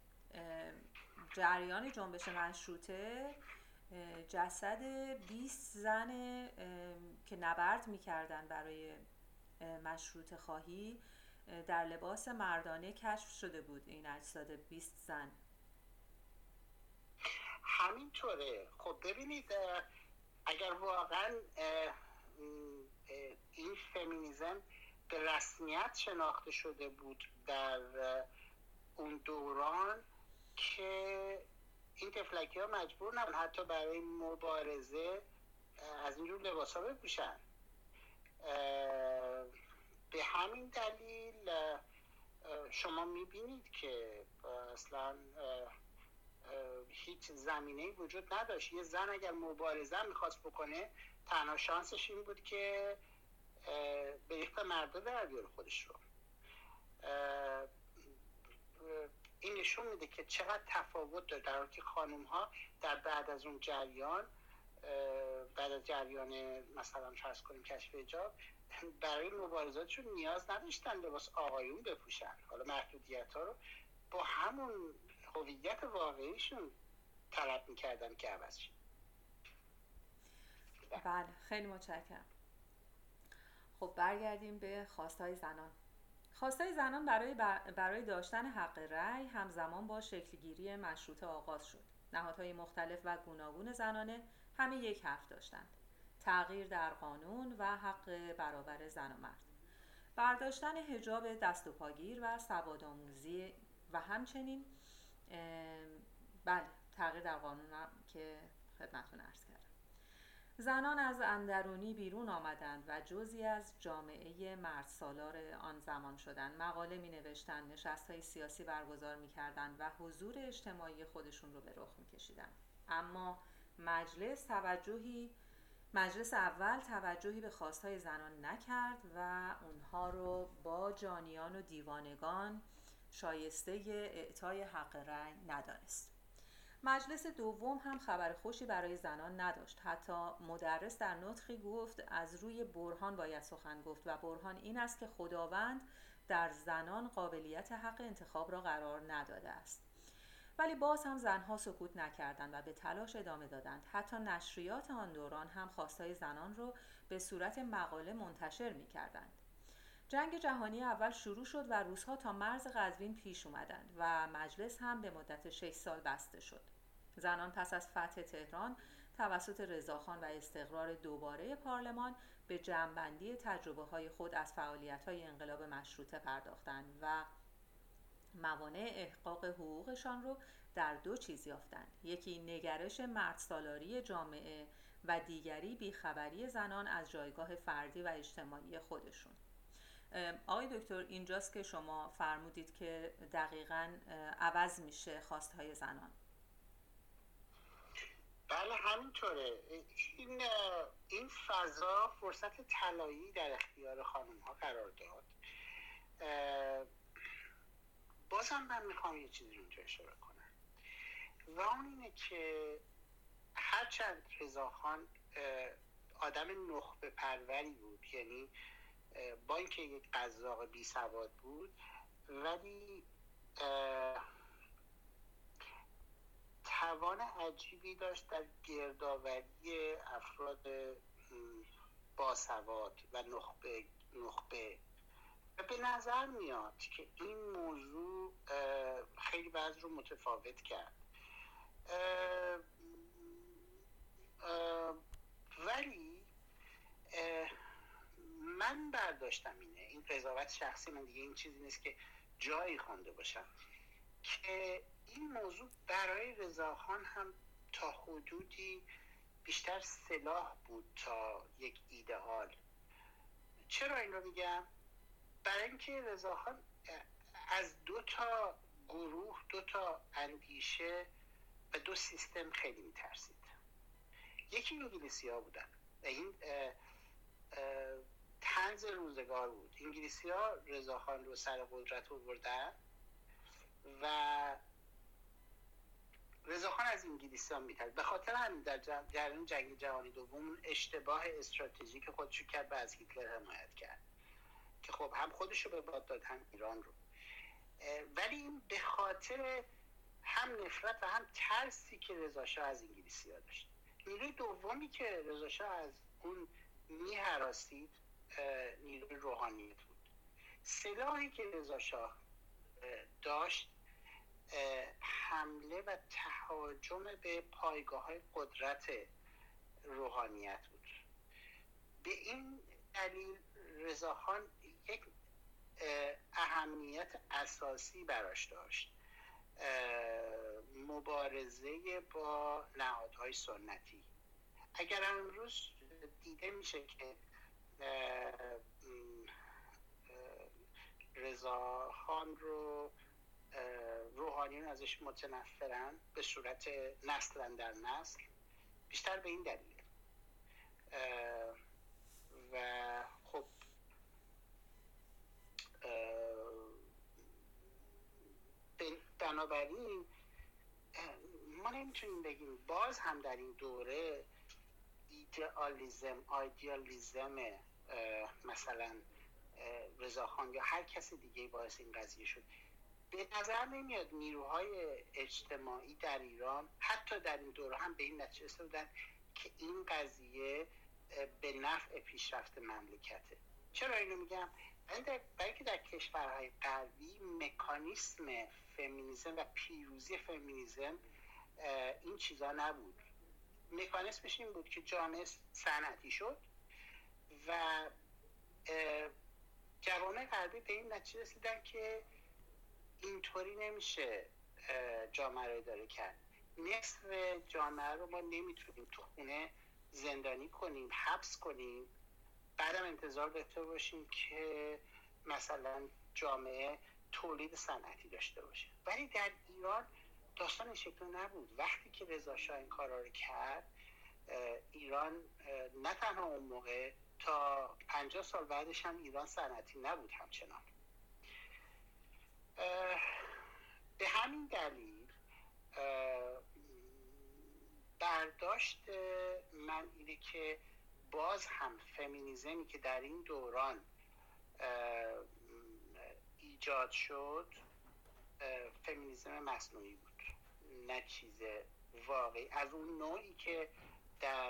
جریان جنبش مشروطه جسد 20 زن که نبرد می‌کردن برای مشروطه خواهی در لباس مردانه کشف شده بود. این اجساد 20 زن همینطوره. خب ببینید اگر واقعا این فمینیزم به رسمیت شناخته شده بود در اون دوران که این تفلکی ها مجبور نبودن حتی برای مبارزه از اینجور لباس ها بپوشن. به همین دلیل شما میبینید که اصلا هیچ زمینه‌ای وجود نداشت. یه زن اگر مبارزه میخواست بکنه تنها شانسش این بود که به ریخت مردا در بیاره خودش رو. این نشون میده که چقدر تفاوت داره، در حالی که خانوم ها در بعد از اون جریان، بعد از جریان مثلا فرض کنیم کشف حجاب، برای مبارزاتشون نیاز نداشتن لباس آقایون بپوشن، حالا محدودیت ها رو با همون هویت واقعیشون طلب میکردن که عوض شد. بله خیلی متشکرم. خب برگردیم به خواستهای زنان. خواستهای زنان برای داشتن حق رأی همزمان با شکلگیری مشروطه آغاز شد. نهادهای مختلف و گوناگون زنانه همه یک حرف داشتند: تغییر در قانون و حق برابر زن و مرد، برداشتن حجاب دست و پاگیر و سوادآموزی و همچنین تغییر در قانون که خدمتتون عرض کردم. زنان از اندرونی بیرون آمدند و جزئی از جامعه مرد سالار آن زمان شدند. مقاله می نوشتند، نشست‌های سیاسی برگزار می کردند و حضور اجتماعی خودشون رو به رخ می کشیدند. اما مجلس اول توجهی به خواستهای زنان نکرد و اونها رو با جانیان و دیوانگان شایسته اعطای حق رأی ندانست. مجلس دوم هم خبر خوشی برای زنان نداشت. حتی مدرس در نطقی گفت از روی برهان باید سخن گفت و برهان این است که خداوند در زنان قابلیت حق انتخاب را قرار نداده است. ولی باز هم زنها سکوت نکردند و به تلاش ادامه دادند. حتی نشریات آن دوران هم خواستهای زنان را به صورت مقاله منتشر می‌کردند. جنگ جهانی اول شروع شد و روس‌ها تا مرز قزوین پیش اومدند و مجلس هم به مدت 6 سال بسته شد. زنان پس از فتح تهران توسط رضاخان و استقرار دوباره پارلمان به جمع‌بندی تجربه‌های خود از فعالیت‌های انقلاب مشروطه پرداختند و موانع احقاق حقوقشان رو در 2 چیز یافتند: یکی نگرش مردسالاری جامعه و دیگری بیخبری زنان از جایگاه فردی و اجتماعی خودشون. آقای دکتر، اینجاست که شما فرمودید که دقیقاً عوض میشه خواستهای زنان. بله همینطوره. این فضا فرصت طلایی در اختیار خانم ها قرار داد. بازم من میخوام یه چیزی اینجا اشاره کنم و اون اینه که هرچند رضاخان آدم نخبه پروری بود، یعنی با اینکه یک قزاق بی سواد بود ولی توان عجیبی داشت در گردآوری افراد باسواد و نخبه و به نظر میاد که این موضوع خیلی وضع رو متفاوت کرد. ولی من برداشتم اینه، این قضاوت شخصی من دیگه، این چیزی نیست که جایی خوانده باشم، که این موضوع برای رضاخان هم تا حدودی بیشتر سلاح بود تا یک ایدئال. چرا این رو میگم؟ برای اینکه رضاخان از 2 تا گروه، 2 تا اندیشه و 2 سیستم خیلی میترسید. یکی انگلیسی ها بودن و این طنز روزگار بود. انگلیسی ها رضاخان رو سر قدرت آوردن و رضاخان از انگلیسی ها میترسید. به خاطر همین در جریان جنگ جهانی دوم اشتباه استراتژیک خودشو کرد و از هیتلر حمایت کرد که خب هم خودشو به باد داد هم ایران رو. ولی این به خاطر هم نفرت و هم ترسی که رضاشاه از انگلیسی ها داشت. نیروی دومی که رضاشاه از اون می‌هراسید نیروی روحانیت بود. سلاحی که رضاشاه داشت حمله و تهاجم به پایگاه‌های قدرت روحانیت بود. به این دلیل رضاخان یک اهمیت اساسی براش داشت، مبارزه با نهادهای سنتی. اگر امروز دیده میشه که رضاخان رو روحانیون ازش متنفرن به صورت نسل در نسل، بیشتر به این دلیله. و خب بنابراین ما نمیتونیم بگیم باز هم در این دوره ایدئالیزم مثلا رضاخان یا هر کس دیگه باعث این قضیه شد. به نظر نمیاد نیروهای اجتماعی در ایران حتی در این دوره هم به این نتیجه رسیدن که این قضیه به نفع پیشرفت مملکته. چرا اینو میگم؟ برای که در کشورهای غربی مکانیسم فمینیسم و پیروزی فمینیسم این چیزا نبود. مکانیسمش این بود که جامعه صنعتی شد و جوامع غربی به این نتیجه رسیدن که اینطوری نمیشه جامعه رو اداره کرد. نصف جامعه رو ما نمیتونیم تو خونه زندانی کنیم، حبس کنیم، بعدم انتظار داشته باشیم که مثلا جامعه تولید صنعتی داشته باشه. ولی در ایران داستان این شکلی نبود. وقتی که رضا شاه این کارا رو کرد، ایران نه تنها اون موقع تا 50 سال بعدش هم ایران صنعتی نبود همچنان. به همین دلیل برداشت من اینه که باز هم فمینیزمی که در این دوران ایجاد شد فمینیزم مصنوعی بود، نه چیز واقعی از اون نوعی که در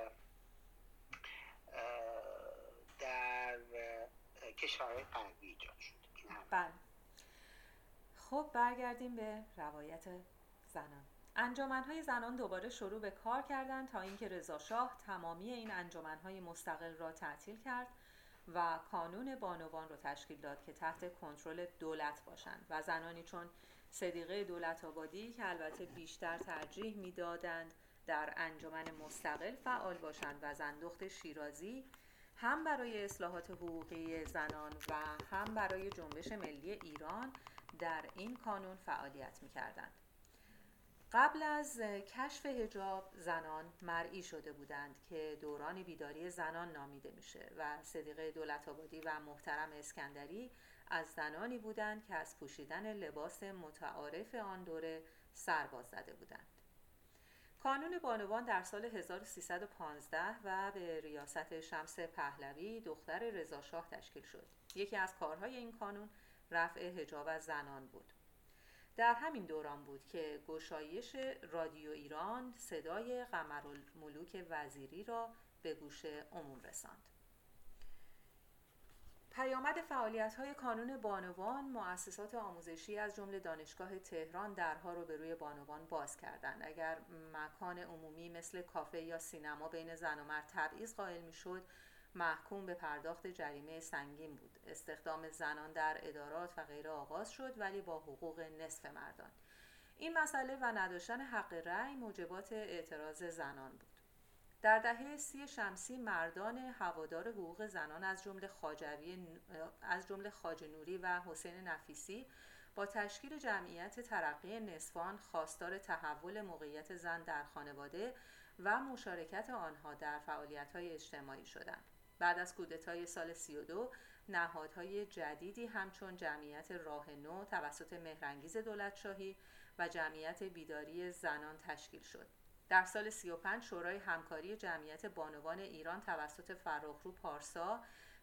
کشورهای غربی ایجاد شد. بله. خب برگردیم به روایت زنان. انجمن‌های زنان دوباره شروع به کار کردند تا اینکه رضا شاه تمامی این انجمن‌های مستقل را تعطیل کرد و کانون بانوان را تشکیل داد که تحت کنترل دولت باشند و زنانی چون صدیقه دولت‌آبادی که البته بیشتر ترجیح می‌دادند در انجمن مستقل فعال باشند و زندخت شیرازی هم برای اصلاحات حقوقی زنان و هم برای جنبش ملی ایران در این کانون فعالیت می‌کردند. قبل از کشف حجاب زنان مرئی شده بودند که دوران بیداری زنان نامیده میشه و صدیقه دولت‌آبادی و محترم اسکندری از زنانی بودند که از پوشیدن لباس متعارف آن دوره سر باز زده بودند. کانون بانوان در سال 1315 و به ریاست شمس پهلوی دختر رضا شاه تشکیل شد. یکی از کارهای این کانون رفع حجاب از زنان بود. در همین دوران بود که گشایش رادیو ایران صدای قمرالملوک وزیری را به گوش عموم رساند. پیامد فعالیت‌های کانون بانوان، مؤسسات آموزشی از جمله دانشگاه تهران درها را به روی بانوان باز کردند. اگر مکان عمومی مثل کافه یا سینما بین زن و مرد تبعیض قائل می‌شد، محکوم به پرداخت جریمه سنگین بود. استخدام زنان در ادارات و غیره آغاز شد ولی با حقوق نصف مردان. این مسئله و نداشتن حق رأی موجبات اعتراض زنان بود. در دهه 30 شمسی مردان هوادار حقوق زنان از جمله خواجه نوری و حسین نفیسی با تشکیل جمعیت ترقی نسوان خواستار تحول موقعیت زن در خانواده و مشارکت آنها در فعالیت‌های اجتماعی شدند. بعد از کودتای سال 32 نهادهای جدیدی همچون جمعیت راه نو توسط مهرانگیز دولتشاهی و جمعیت بیداری زنان تشکیل شد. در سال 35 شورای همکاری جمعیت بانوان ایران توسط فرخرو پارسا،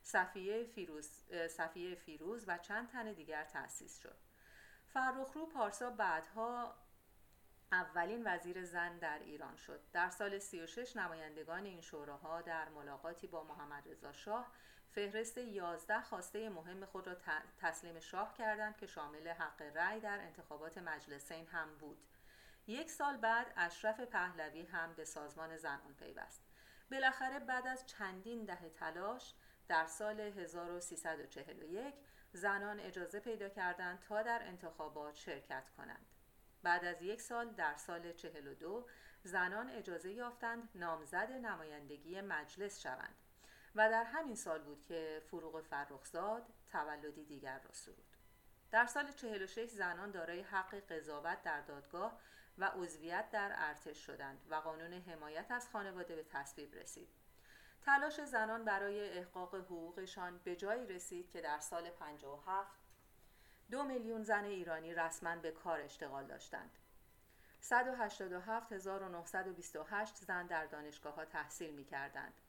صفیه فیروز و چند تن دیگر تأسیس شد. فرخرو پارسا بعدها اولین وزیر زن در ایران شد. در سال 36 نمایندگان این شوراها در ملاقاتی با محمد رضا شاه فهرست 11 خواسته مهم خود را تسلیم شاه کردند که شامل حق رأی در انتخابات مجلسین هم بود. یک سال بعد اشرف پهلوی هم به سازمان زنان پیوست. بالاخره بعد از چندین دهه تلاش در سال 1341 زنان اجازه پیدا کردند تا در انتخابات شرکت کنند. بعد از یک سال در سال 42 زنان اجازه یافتند نامزد نمایندگی مجلس شوند و در همین سال بود که فروغ فرخزاد تولدی دیگر را سرود. در سال 46 زنان دارای حق قضاوت در دادگاه و عضویت در ارتش شدند و قانون حمایت از خانواده به تصویب رسید. تلاش زنان برای احقاق حقوقشان به جایی رسید که در سال 57 2 میلیون زن ایرانی رسما به کار اشتغال داشتند. 187,928 زن در دانشگاه‌ها تحصیل می‌کردند.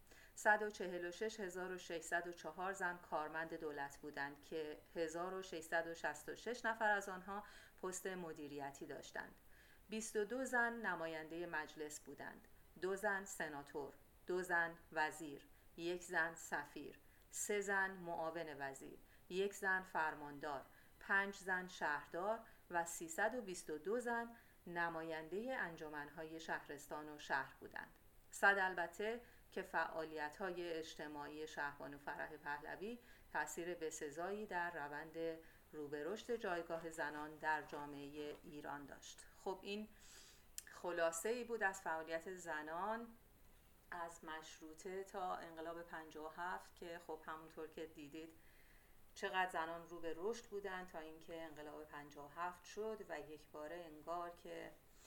146,604 زن کارمند دولت بودند که 1666 نفر از آنها پست مدیریتی داشتند. 22 زن نماینده مجلس بودند، 2 زن سناتور، 2 زن وزیر، 1 زن سفیر، 3 زن معاون وزیر، 1 زن فرماندار، 5 زن شهردار و 322 زن نماینده انجمن‌های شهرستان و شهر بودند. صد البته که فعالیت‌های اجتماعی شهبانو فرح پهلوی تأثیر بسزایی در روند رو به رشد جایگاه زنان در جامعه ایران داشت. خب این خلاصه ای بود از فعالیت زنان از مشروطه تا انقلاب 57 که خب همونطور که دیدید چقدر زنان رو به رشد بودن تا اینکه انقلاب 57 شد و یک باره انگار که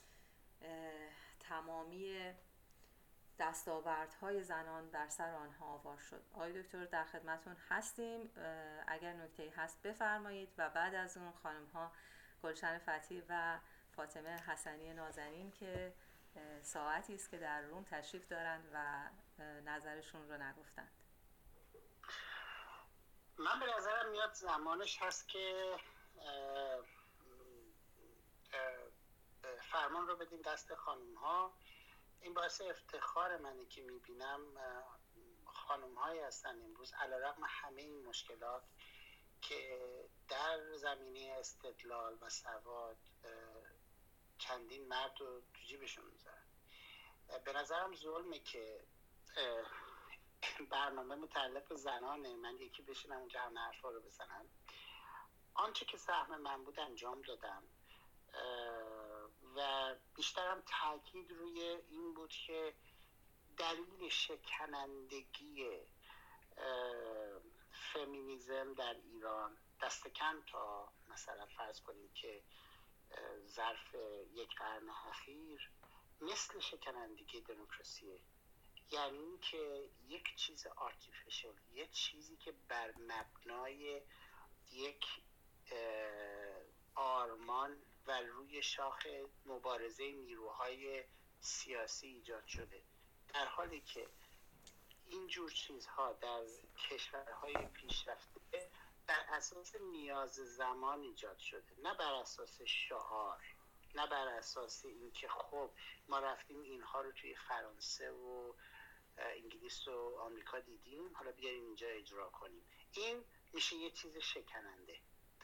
تمامی دستاوردهای زنان بر سر آنها آوار شد. آقای دکتر در خدمتون هستیم، اگر نکته‌ای هست بفرمایید و بعد از اون خانم ها گلشن فتحی و فاطمه حسنی نازنین که ساعتی است که در روم تشریف دارند و نظرشون رو نگفتند. من به نظرم میاد زمانش هست که فرمان رو بدیم دست خانم ها. این باعث افتخار منه که میبینم خانم هایی هستن امروز علیرغم همه این مشکلات که در زمینه استدلال و سواد چندین مرد رو تو جیبشون میذارن. به نظرم ظلمه که برنامه متعلق به زنانه، من یکی بشینم اونجا همه حرفا رو بزنم. آنچه که سهم من بود انجام دادم و بیشترم تاکید روی این بود که دلیل شکنندگی فمینیسم در ایران دست کم تا مثلا فرض کنیم که ظرف یک قرن اخیر مثل شکنندگی دموکراسیه. یعنی که یک چیز آرتیفیشل، یک چیزی که بر مبنای یک آرمان و روی شاخ مبارزه نیروهای سیاسی ایجاد شده، در حالی که اینجور چیزها در کشورهای پیشرفته بر اساس نیاز زمان ایجاد شده، نه بر اساس شعار، نه بر اساس اینکه خب ما رفتیم اینها رو توی فرانسه و انگلیس و آمریکا دیدیم حالا بیاریم اینجا اجرا کنیم. این میشه یه چیز شکننده.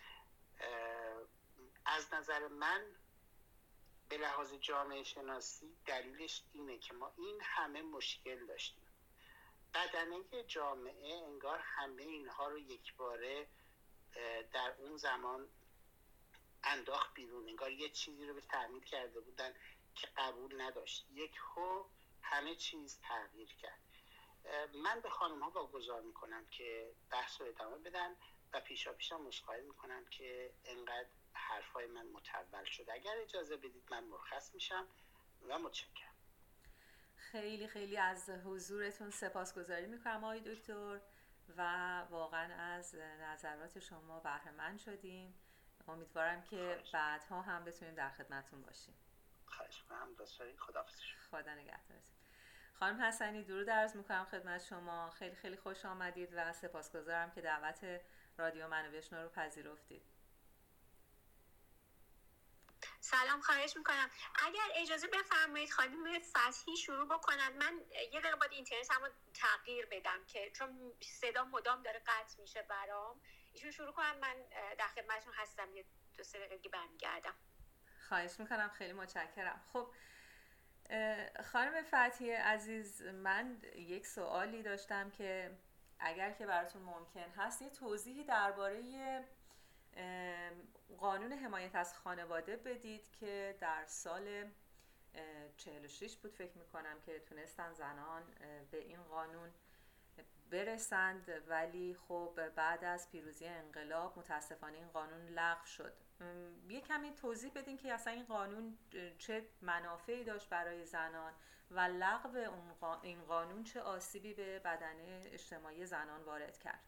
از نظر من به لحاظ جامعه شناسی دلیلش اینه که ما این همه مشکل داشتیم، بدنه جامعه انگار همه اینها رو یک باره در اون زمان انداخت بیرون، انگار یه چیزی رو به تعمیل کرده بودن که قبول نداشت، یک هو همه چیز تغییر کرد. من به خانم ها واگذار میکنم که بحث رو ادامه بدن و پیشا پیشم مشخصه میکنم که انقدر حرفای من متول شده. اگر اجازه بدید من مرخص میشم و متشکرم. خیلی خیلی از حضورتون سپاسگزاری میکنم آقای دکتر و واقعا از نظرات شما بهره مند شدیم. امیدوارم که بعدها هم بتونیم در خدمتون باشیم. خواهش می‌کنم. دوستان خداحافظ. خدا نگهدارتون. خانم حسنی درود عرض میکنم خدمت شما. خیلی خیلی خوش آمدید و سپاسگزارم که دعوت رادیو منو بشنو رو پذیرفتید. سلام، خواهش میکنم اگر اجازه بفرمایید خانم فتحی شروع بکنن. من یه دقیقه باید اینترنتمو تغییر بدم که چون صدا مدام داره قطع میشه برام. ایشون شروع کنم، من در خدمتتون هستم، یه 2-3 دقیقه برمیگردم. خواهش میکنم، خیلی متشکرم. خب خانم فتحی عزیز، من یک سوالی داشتم که اگر که براتون ممکن هست یه توضیحی درباره قانون حمایت از خانواده بدید که در سال 46 بود فکر میکنم که تونستن زنان به این قانون برسند، ولی خب بعد از پیروزی انقلاب متاسفانه این قانون لغو شد. یه کمی توضیح بدین که اصلا این قانون چه منافعی داشت برای زنان و لغو این قانون چه آسیبی به بدنه اجتماعی زنان وارد کرد.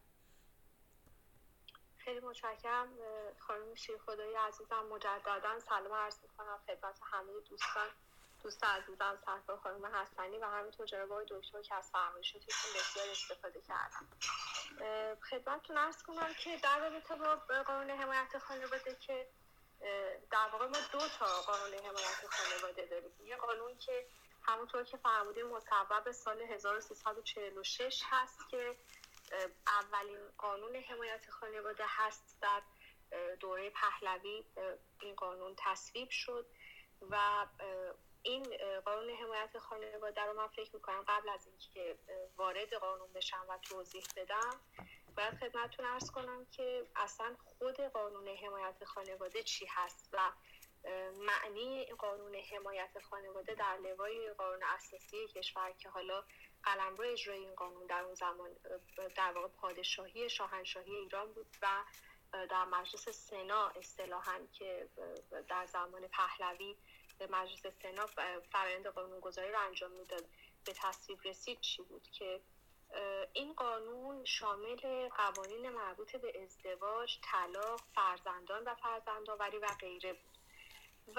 خیلی متشکرم خانم شیرخدایی عزیزم. مجددا سلام عرض می‌کنم خدمت همه دوستان دوست عزیزم سرکار خانم حسنی و همینطور جناب آقای دکتر که از فرمایشاتشون بسیار استفاده کردم. خدمتتون عرض کنم که در رابطه با قانون حمایت خانواده که در واقع ما 2 تا قانون حمایت خانواده داریم. یه قانون که همونطور که فرمودیم مصوب سال 1346 هست که اولین قانون حمایت خانواده هست. در دوره پهلوی این قانون تصویب شد و این قانون حمایت خانواده رو من فکر میکنم قبل از اینکه وارد قانون بشم و توضیح بدم باید خدمتتون عرض کنم که اصلا خود قانون حمایت خانواده چی هست و معنی قانون حمایت خانواده در لوای قانون اساسی کشور که حالا قلمرو اجرای این قانون در اون زمان در واقع پادشاهی شاهنشاهی ایران بود و در مجلس سنا اصطلاحاً که در زمان پهلوی به مجلس سنا فرآیند قانونگذاری رو انجام میداد به تصویب رسید چی بود که این قانون شامل قوانین مربوط به ازدواج، طلاق، فرزندان و فرزندآوری و غیره بود و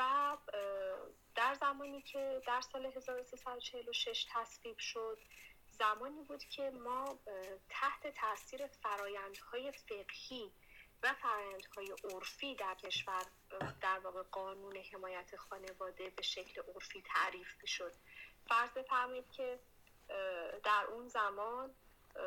در زمانی که در سال 1346 تصویب شد زمانی بود که ما تحت تاثیر فرآیندهای فقهی و فرآیندهای عرفی در کشور در واقع قانون حمایت خانواده به شکل عرفی تعریف می‌شد. فرض بفرمایید که در اون زمان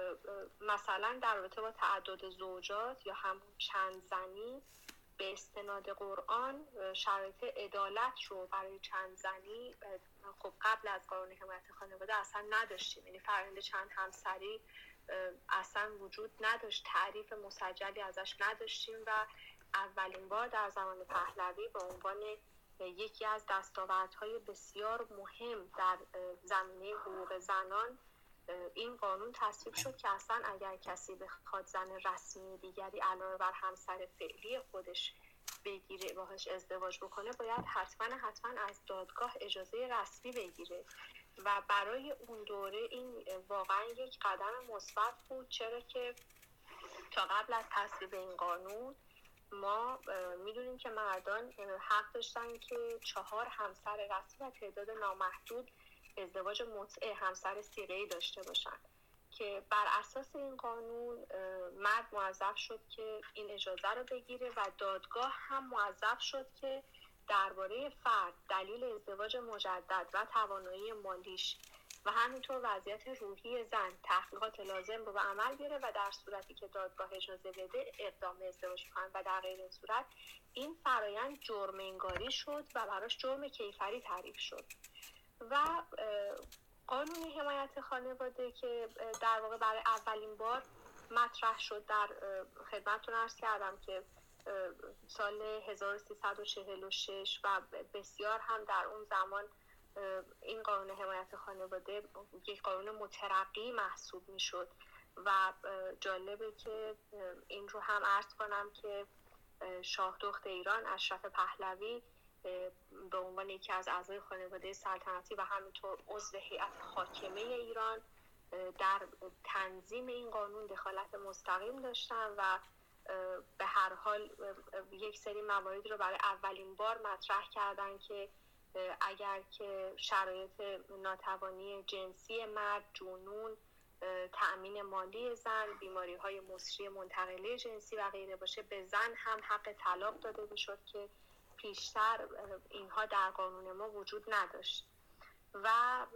مثلا در رابطه با تعدد زوجات یا همون چند زنی به استناد قرآن شرایط عدالت رو برای چند زنی خب قبل از قانون حمایت خانواده اصلا نداشتیم. یعنی فرآیند چند همسری اصلا وجود نداشت، تعریف مسجلی ازش نداشتیم و اولین بار در زمان پهلوی به عنوان یکی از دستاوردهای بسیار مهم در زمینه حقوق زنان این قانون تصویب شد که اصلا اگر کسی بخواد زن رسمی دیگری علاوه بر همسر فعلی خودش بگیره باهاش ازدواج بکنه باید حتما از دادگاه اجازه رسمی بگیره و برای اون دوره این واقعا یک قدم مثبت بود، چرا که تا قبل از تصویب این قانون ما میدونیم که مردان حق داشتن که 4 همسر رسمی و تعداد نامحدود ازدواج متعه همسر صیغه‌ای داشته باشن که بر اساس این قانون مرد موظف شد که این اجازه رو بگیره و دادگاه هم موظف شد که درباره فرد دلیل ازدواج مجدد و توانایی مالیش و همینطور وضعیت روحی زن تحقیقات لازم رو به عمل بیاره و در صورتی که دادگاه اجازه بده اقدام به ازدواج کنن و در غیر این صورت این فرایند جرم انگاری شد و براش جرم کیفری تعریف شد. و قانون حمایت خانواده که در واقع برای اولین بار مطرح شد در خدمتتون عرض کردم که سال 1346 و بسیار هم در اون زمان این قانون حمایت خانواده یک قانون مترقی محسوب می شد و جالبه که این رو هم عرض کنم که شاه دخت ایران اشرف پهلوی به عنوان یکی از اعضای خانواده سلطنتی و همینطور عضو هیئت حاکمه ایران در تنظیم این قانون دخالت مستقیم داشتن و به هر حال یک سری مواردی رو برای اولین بار مطرح کردن که اگر که شرایط ناتوانی جنسی مرد، جنون، تأمین مالی زن، بیماری‌های مصری منتقله جنسی و غیره باشه به زن هم حق طلاق داده میشد که پیشتر اینها در قانون ما وجود نداشت و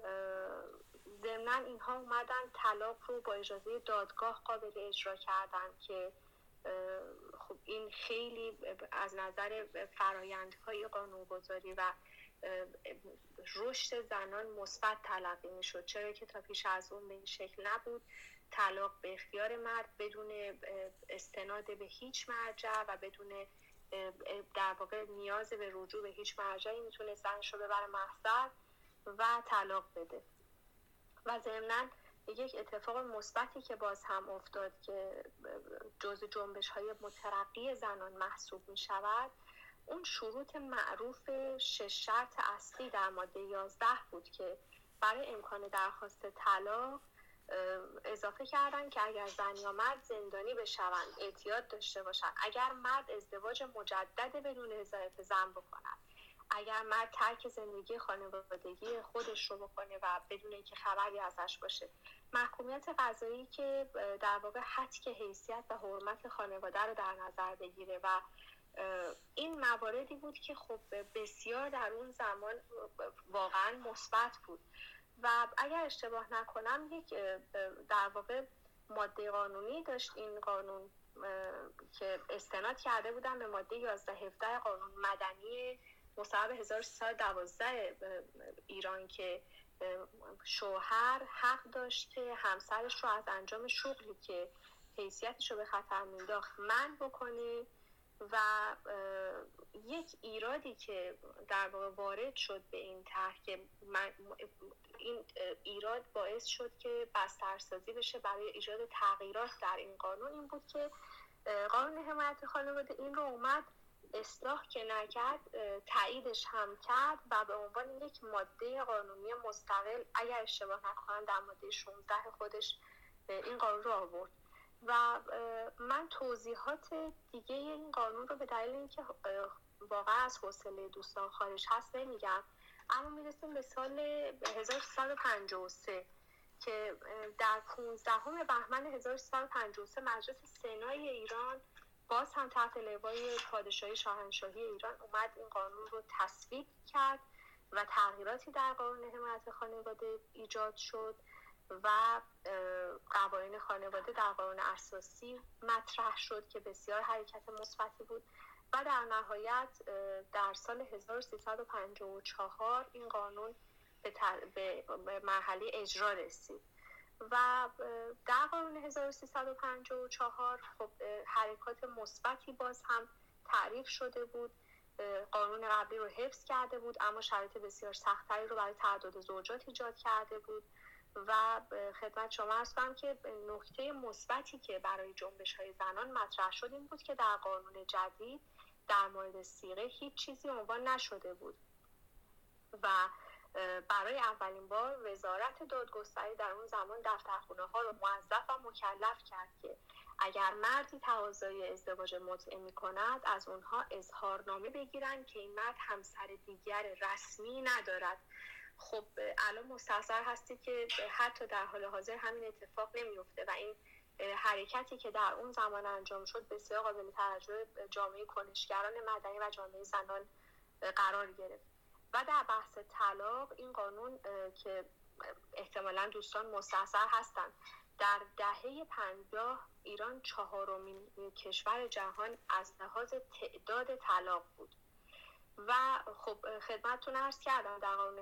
ضمناً اینها اومدن طلاق رو با اجازه دادگاه قابل اجرا کردن که خب این خیلی از نظر فرآیندهای قانونگذاری و رشد زنان مثبت تلقی میشد، چرا که تا پیش از اون به این شکل نبود. طلاق به اختیار مرد بدون استناد به هیچ مرجع و بدون در واقع نیاز به رجوع به هیچ مرجعی میتونه زنش رو ببره محضر و طلاق بده. و ضمناً یک اتفاق مثبتی که باز هم افتاد که جزء جنبش‌های مترقی زنان محسوب می‌شود، اون شروط معروف 6 شرط اصلی در ماده 11 بود که برای امکان درخواست طلاق اضافه کردن که اگر زن یا مرد زندانی بشوند، اعتیاد داشته باشند، اگر مرد ازدواج مجدد بدون رضایت زن بکنند، اگر مرد ترک زندگی خانوادگی خودش رو بکنه و بدون اینکه خبری ازش باشه. محکومیت قضایی که در واقع حتک حیثیت و حرمت خانواده رو در نظر بگیره و این مواردی بود که خب بسیار در اون زمان واقعا مثبت بود و اگر اشتباه نکنم یک در واقع ماده قانونی داشت این قانون که استناد کرده بودن به ماده 11-17 قانون مدنی مصوب 1312 ایران که شوهر حق داشت که همسرش رو از انجام شغلی که حیثیتش رو به خطر مینداخت منع بکنه و یک ایرادی که در واقع وارد شد به این طرح که این ایراد باعث شد که بسترسازی بشه برای ایجاد تغییرات در این قانون این بود که قانون حمایت خانواده این رو اومد اصلاح که نکرد تاییدش هم کرد و به عنوان یک ماده قانونی مستقل اگر اشتباه نکنم در ماده 16 خودش این قانون رو آورد و من توضیحات دیگه این قانون رو به دلیل اینکه واقعا از حوصله دوستان خارج هست نمیگم، اما میرسیم به سال 1353 که در 15 بهمن 1353 مجلس سنای ایران باز هم تحت لوای پادشاهی شاهنشاهی ایران اومد این قانون رو تصویب کرد و تغییراتی در قانون حمایت خانواده ایجاد شد و قوانین خانواده در قانون اساسی مطرح شد که بسیار حرکت مثبتی بود و در نهایت در سال 1354 این قانون به مرحله اجرا رسید و در قانون 1354 خب حرکات مثبتی باز هم تعریف شده بود. قانون قبلی رو حفظ کرده بود اما شرایط بسیار سخت‌تری رو برای تعدد زوجات ایجاد کرده بود و خدمت شما عرض کنم که نکته مثبتی که برای جنبش‌های زنان مطرح شد این بود که در قانون جدید در مورد صیغه هیچ چیزی عنوان نشده بود و برای اولین بار وزارت دادگستری در اون زمان دفترخونه‌ها رو موظف و مکلف کرد که اگر مردی تقاضای ازدواج متعه می‌کند از اونها اظهارنامه بگیرن که این مرد همسر دیگر رسمی ندارد. خب الان مستحضر هستی که حتی در حال حاضر همین اتفاق نمیفته و این حرکتی که در اون زمان انجام شد بسیار قابل توجه جامعه کنشگران مدنی و جامعه زنان قرار گرفت. و در بحث طلاق این قانون که احتمالاً دوستان مستحضر هستند در دهه 50 ایران 4مین کشور جهان از لحاظ تعداد طلاق بود و خب خدمتتون عرض کردم در قانون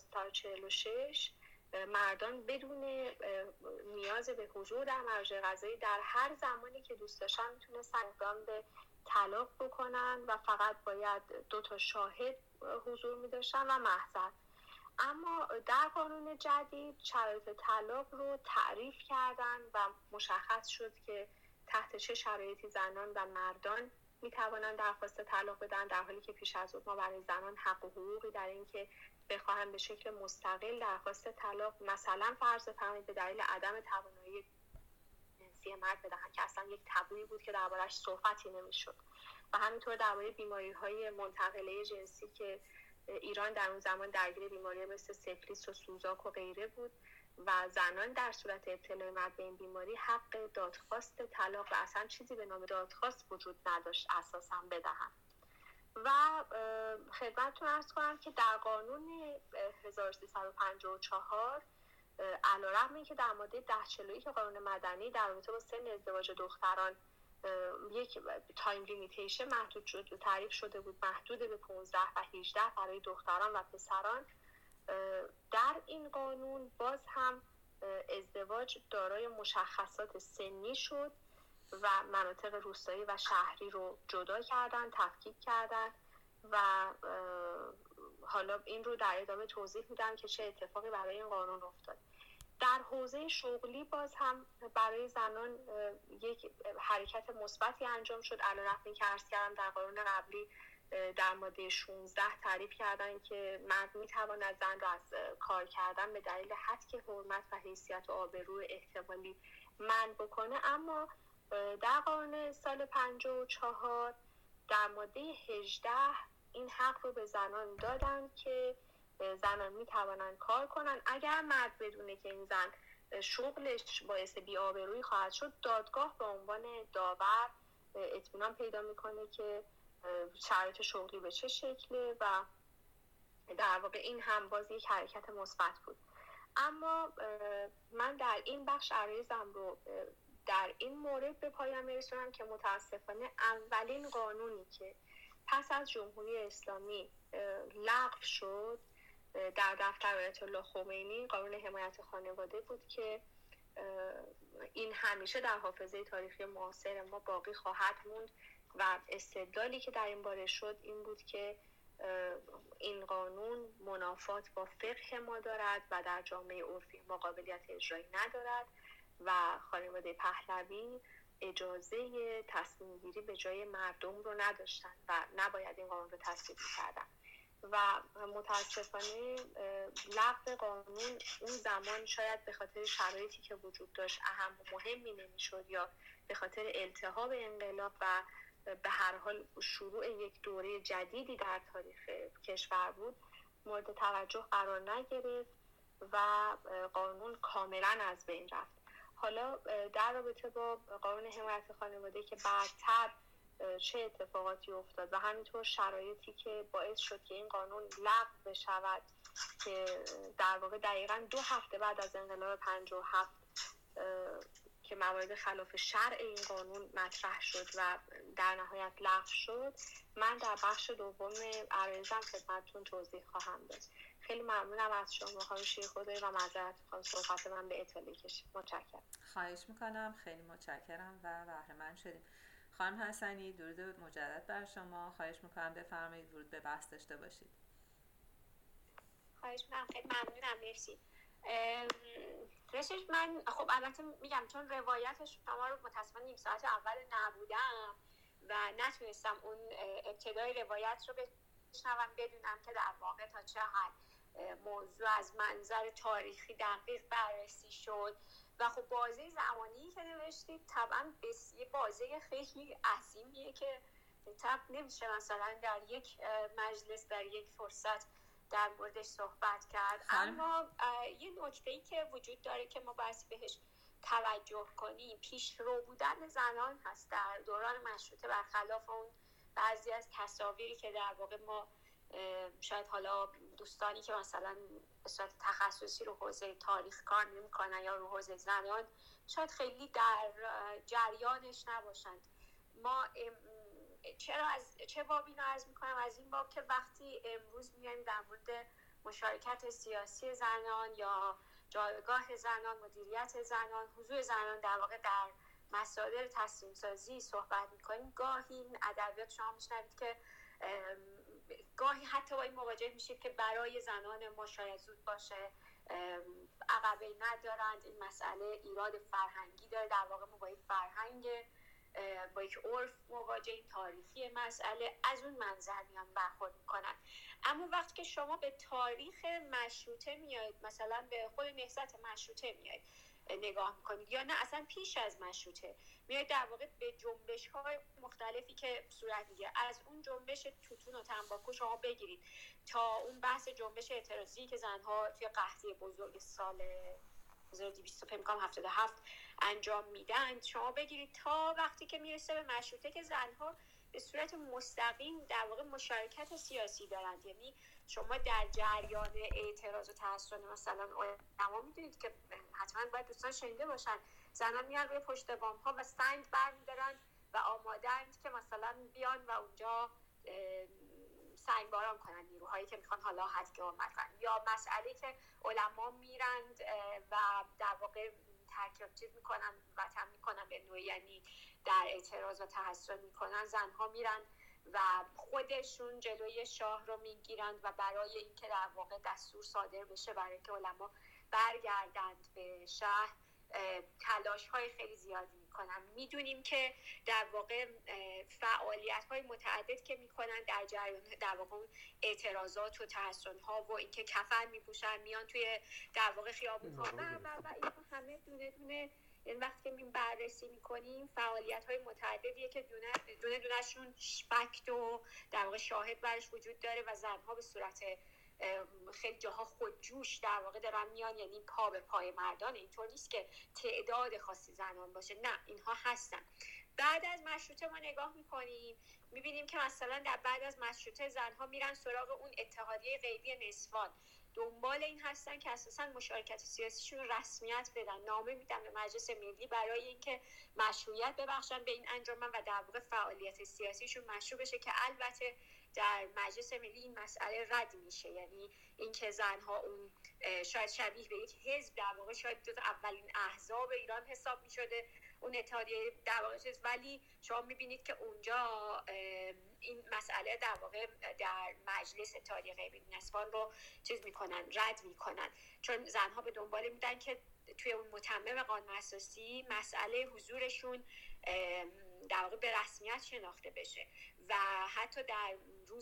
1346 مردان بدون نیاز به حضور در مرجع قضایی در هر زمانی که دوست داشتن میتونستن اقدام به طلاق بکنن و فقط باید 2 شاهد حضور می‌داشتن و محضر. اما در قانون جدید شرایط طلاق رو تعریف کردن و مشخص شد که تحت چه شرایطی زنان و مردان میتوانند درخواست طلاق بدن، در حالی که پیش از اون ما برای زنان حق و حقوقی در این که بخواهند به شکل مستقل درخواست طلاق مثلا فرض فرمایید به دلیل عدم توانایی جنسی مرد بدهند که اصلا یک تابویی بود که دربارش صحبتی نمیشد و همینطور درباره بیماری‌های منتقله جنسی که ایران در اون زمان درگیر بیماری مثل سفلیس و سوزاک و غیره بود و زنان در صورت ابتلای مرد به این بیماری حق دادخواست طلاق و اصلا چیزی به نام دادخواست وجود نداشت اساساً بدهند. و خدمتتون عرض کنم که در قانون 1354 علیرغم اینکه در ماده 1041 که قانون مدنی در رابطه با سن ازدواج دختران یک تایم لیمیتیشن محدود شد تعریف شده بود محدود به 15 و 18 برای دختران و پسران، در این قانون باز هم ازدواج دارای مشخصات سنی شد و مناطق روستایی و شهری رو جدا کردن، تفکیک کردن و حالا این رو در ادامه توضیح میدم که چه اتفاقی برای این قانون افتاد. در حوزه شغلی باز هم برای زنان یک حرکت مثبتی انجام شد، علیرغم اینکه عرض کردم در قانون قبلی در ماده 16 تعریف کردن که مرد میتواند زن را از کار کردن به دلیل حتک حرمت و حیثیت و آبرو احتمالی منع بکنه، اما در قانون سال 54 در ماده 18 این حق رو به زنان دادن که زنان میتوانند کار کنن. اگر مرد بدونه که این زن شغلش باعث بی‌آبرویی خواهد شد، دادگاه به عنوان داور اطمینان پیدا میکنه که شرایط شغلی به چه شکله و در واقع این هم باز یک حرکت مثبت بود. اما من در این بخش عرایزم رو در این مورد به پایان میرسونم که متاسفانه اولین قانونی که پس از جمهوری اسلامی لغو شد در دفتر آیت الله خمینی قانون حمایت خانواده بود که این همیشه در حافظه تاریخی معاصر ما باقی خواهد موند و استدلالی که در این باره شد این بود که این قانون منافات با فقه ما دارد و در جامعه عرفی ما قابلیت اجرایی ندارد و خانواده پهلوی اجازه تصمیم گیری به جای مردم رو نداشتن و نباید این قانون رو تصویب کردن و متاسفانه لغو قانون اون زمان شاید به خاطر شرایطی که وجود داشت اهم و مهمی نمیشد یا به خاطر التهاب انقلاب و به هر حال شروع یک دوره جدیدی در تاریخ کشور بود مورد توجه قرار نگرفت و قانون کاملا از بین رفت. حالا در رابطه با قانون حمایت خانواده که بعدتر چه اتفاقاتی افتاد و همینطور شرایطی که باعث شد که این قانون لغو بشود که در واقع دقیقاً 2 هفته بعد از انقلاب 57 که موارد خلاف شرع این قانون مطرح شد و در نهایت لغو شد، من در بخش دوم عرایزم خدمتتون توضیح خواهم داد. خیلی ممنونم از شما خانم شیرخدایی و معذرت می‌خوام صحبت من به اطاله کشید. متشکرم. خواهش میکنم، خیلی متشکرم و بهره‌مند شدیم. خانم حسنی درود مجدد بر شما. خواهش میکنم بفرمایید ورود به بحث داشته باشید. خواهش میکنم، خیلی ممنونم، مرسی. رشش من خب البته میگم چون روایت شما رو متاسفانه نیم ساعت اول نبودم و نتونستم اون ابتدای روایت رو بشنوم بدونم که در واقع تا چه حد موضوع از منظر تاریخی دقیق بررسی شد و خب بازه زمانی که نوشتید طبعا یه بازه خیلی عظیمیه که طبعا نمیشه مثلا در یک مجلس در یک فرصت در موردش صحبت کرد. اما یه نکته‌ای که وجود داره که ما باید بهش توجه کنیم، پیشرو بودن زنان هست در دوران مشروطه برخلاف اون بعضی از تصاویری که در واقع ما شاید حالا دوستانی که مثلا به صورت تخصصی رو حوزه تاریخ کار نمی‌کنن یا رو حوزه زنان شاید خیلی در جریانش نباشند. ما چه بابی رو عرض میکنم؟ از این باب که وقتی امروز میایم در مورد مشارکت سیاسی زنان یا جایگاه زنان، مدیریت زنان، حضور زنان در واقع در مصادر تصمیم سازی صحبت میکنیم، گاهی این ادبیات شما میشنوید که گاهی حتی با این مواجه میشید که برای زنان ما شاید زود باشه، عقبه ندارند، این مسئله ایراد فرهنگی داره، در واقع ما با یک فرهنگ با یک عرف مواجه تاریخی مسئله از اون منظر میان برخورد میکنن. اما وقتی که شما به تاریخ مشروطه میایید، مثلا به خود نهضت مشروطه میایید نگاه میکنید یا نه اصلا پیش از مشروطه میایید در واقع به جنبش های مختلفی که صورت میگیره، از اون جنبش توتون و تنباکو شما بگیرید تا اون بحث جنبش اعتراضی که زنها توی قحطی بزرگ سال 1277 انجام میدن شما بگیرید تا وقتی که میرسه به مشروطه که زنها به صورت مستقیم در واقع مشارکت سیاسی دارند. یعنی شما در جریان اعتراض و تحصن مثلا علما میدونید که حتما باید دوستان شنیده باشن، زنان میان روی پشت بام ها و سنگ برمیدارن و آماده‌اند که مثلا بیان و اونجا سنگباران کنن نیروهایی که میخوان حالا حد آمد کنن، یا مسئله که علما میرند و در واقع ترکیب میکنن وطن میکنن به نوعی، یعنی در اعتراض و تحصن میکنن، زنها میرن و خودشون جلوی شاه رو میگیرند و برای اینکه در واقع دستور صادر بشه برای که علما برگردند به شهر تلاش های خیلی زیادی میکنن. میدونیم که در واقع فعالیت های متعدد که میکنن در جریان در واقع اعتراضات و تحصن ها و اینکه کفن میپوشن میان توی در واقع خیابون ها و این همه دونه دونه یعنی وقتی که می بررسی میکنیم فعالیت‌های متعددیه که دونه دونهشون فکت و در واقع شاهد برش وجود داره و زنها به صورت خیلی جاها خودجوش در واقع دارن میان، یعنی پا به پای مردان. اینطور نیست که تعداد خاصی زنان باشه، نه، اینها هستن. بعد از مشروطه ما نگاه میکنیم میبینیم که مثلا در بعد از مشروطه زنها میرن سراغ اون اتحادیه غیبی نسوان، دنبال این هستن که اساسا مشارکت سیاسیشون رو رسمیت بدن، نامه میدن به مجلس ملی برای اینکه مشروعیت ببخشن به این انجمن و در واقع فعالیت سیاسیشون مشروع بشه، که البته در مجلس ملی این مسئله رد میشه. یعنی اینکه زنها اون شاید شبیه به یک حزب در واقع شاید جز اولین احزاب ایران حساب میشده اون اتحادیه در واقع چیز، ولی شما میبینید که اونجا این مسئله در واقع در مجلس اتحادیه غیبی نسوان رو چیز میکنن، رد میکنن، چون زنها به دنبال میدن که توی اون متمم قانون اساسی مسئله حضورشون در واقع به رسمیت شناخته بشه. و حتی در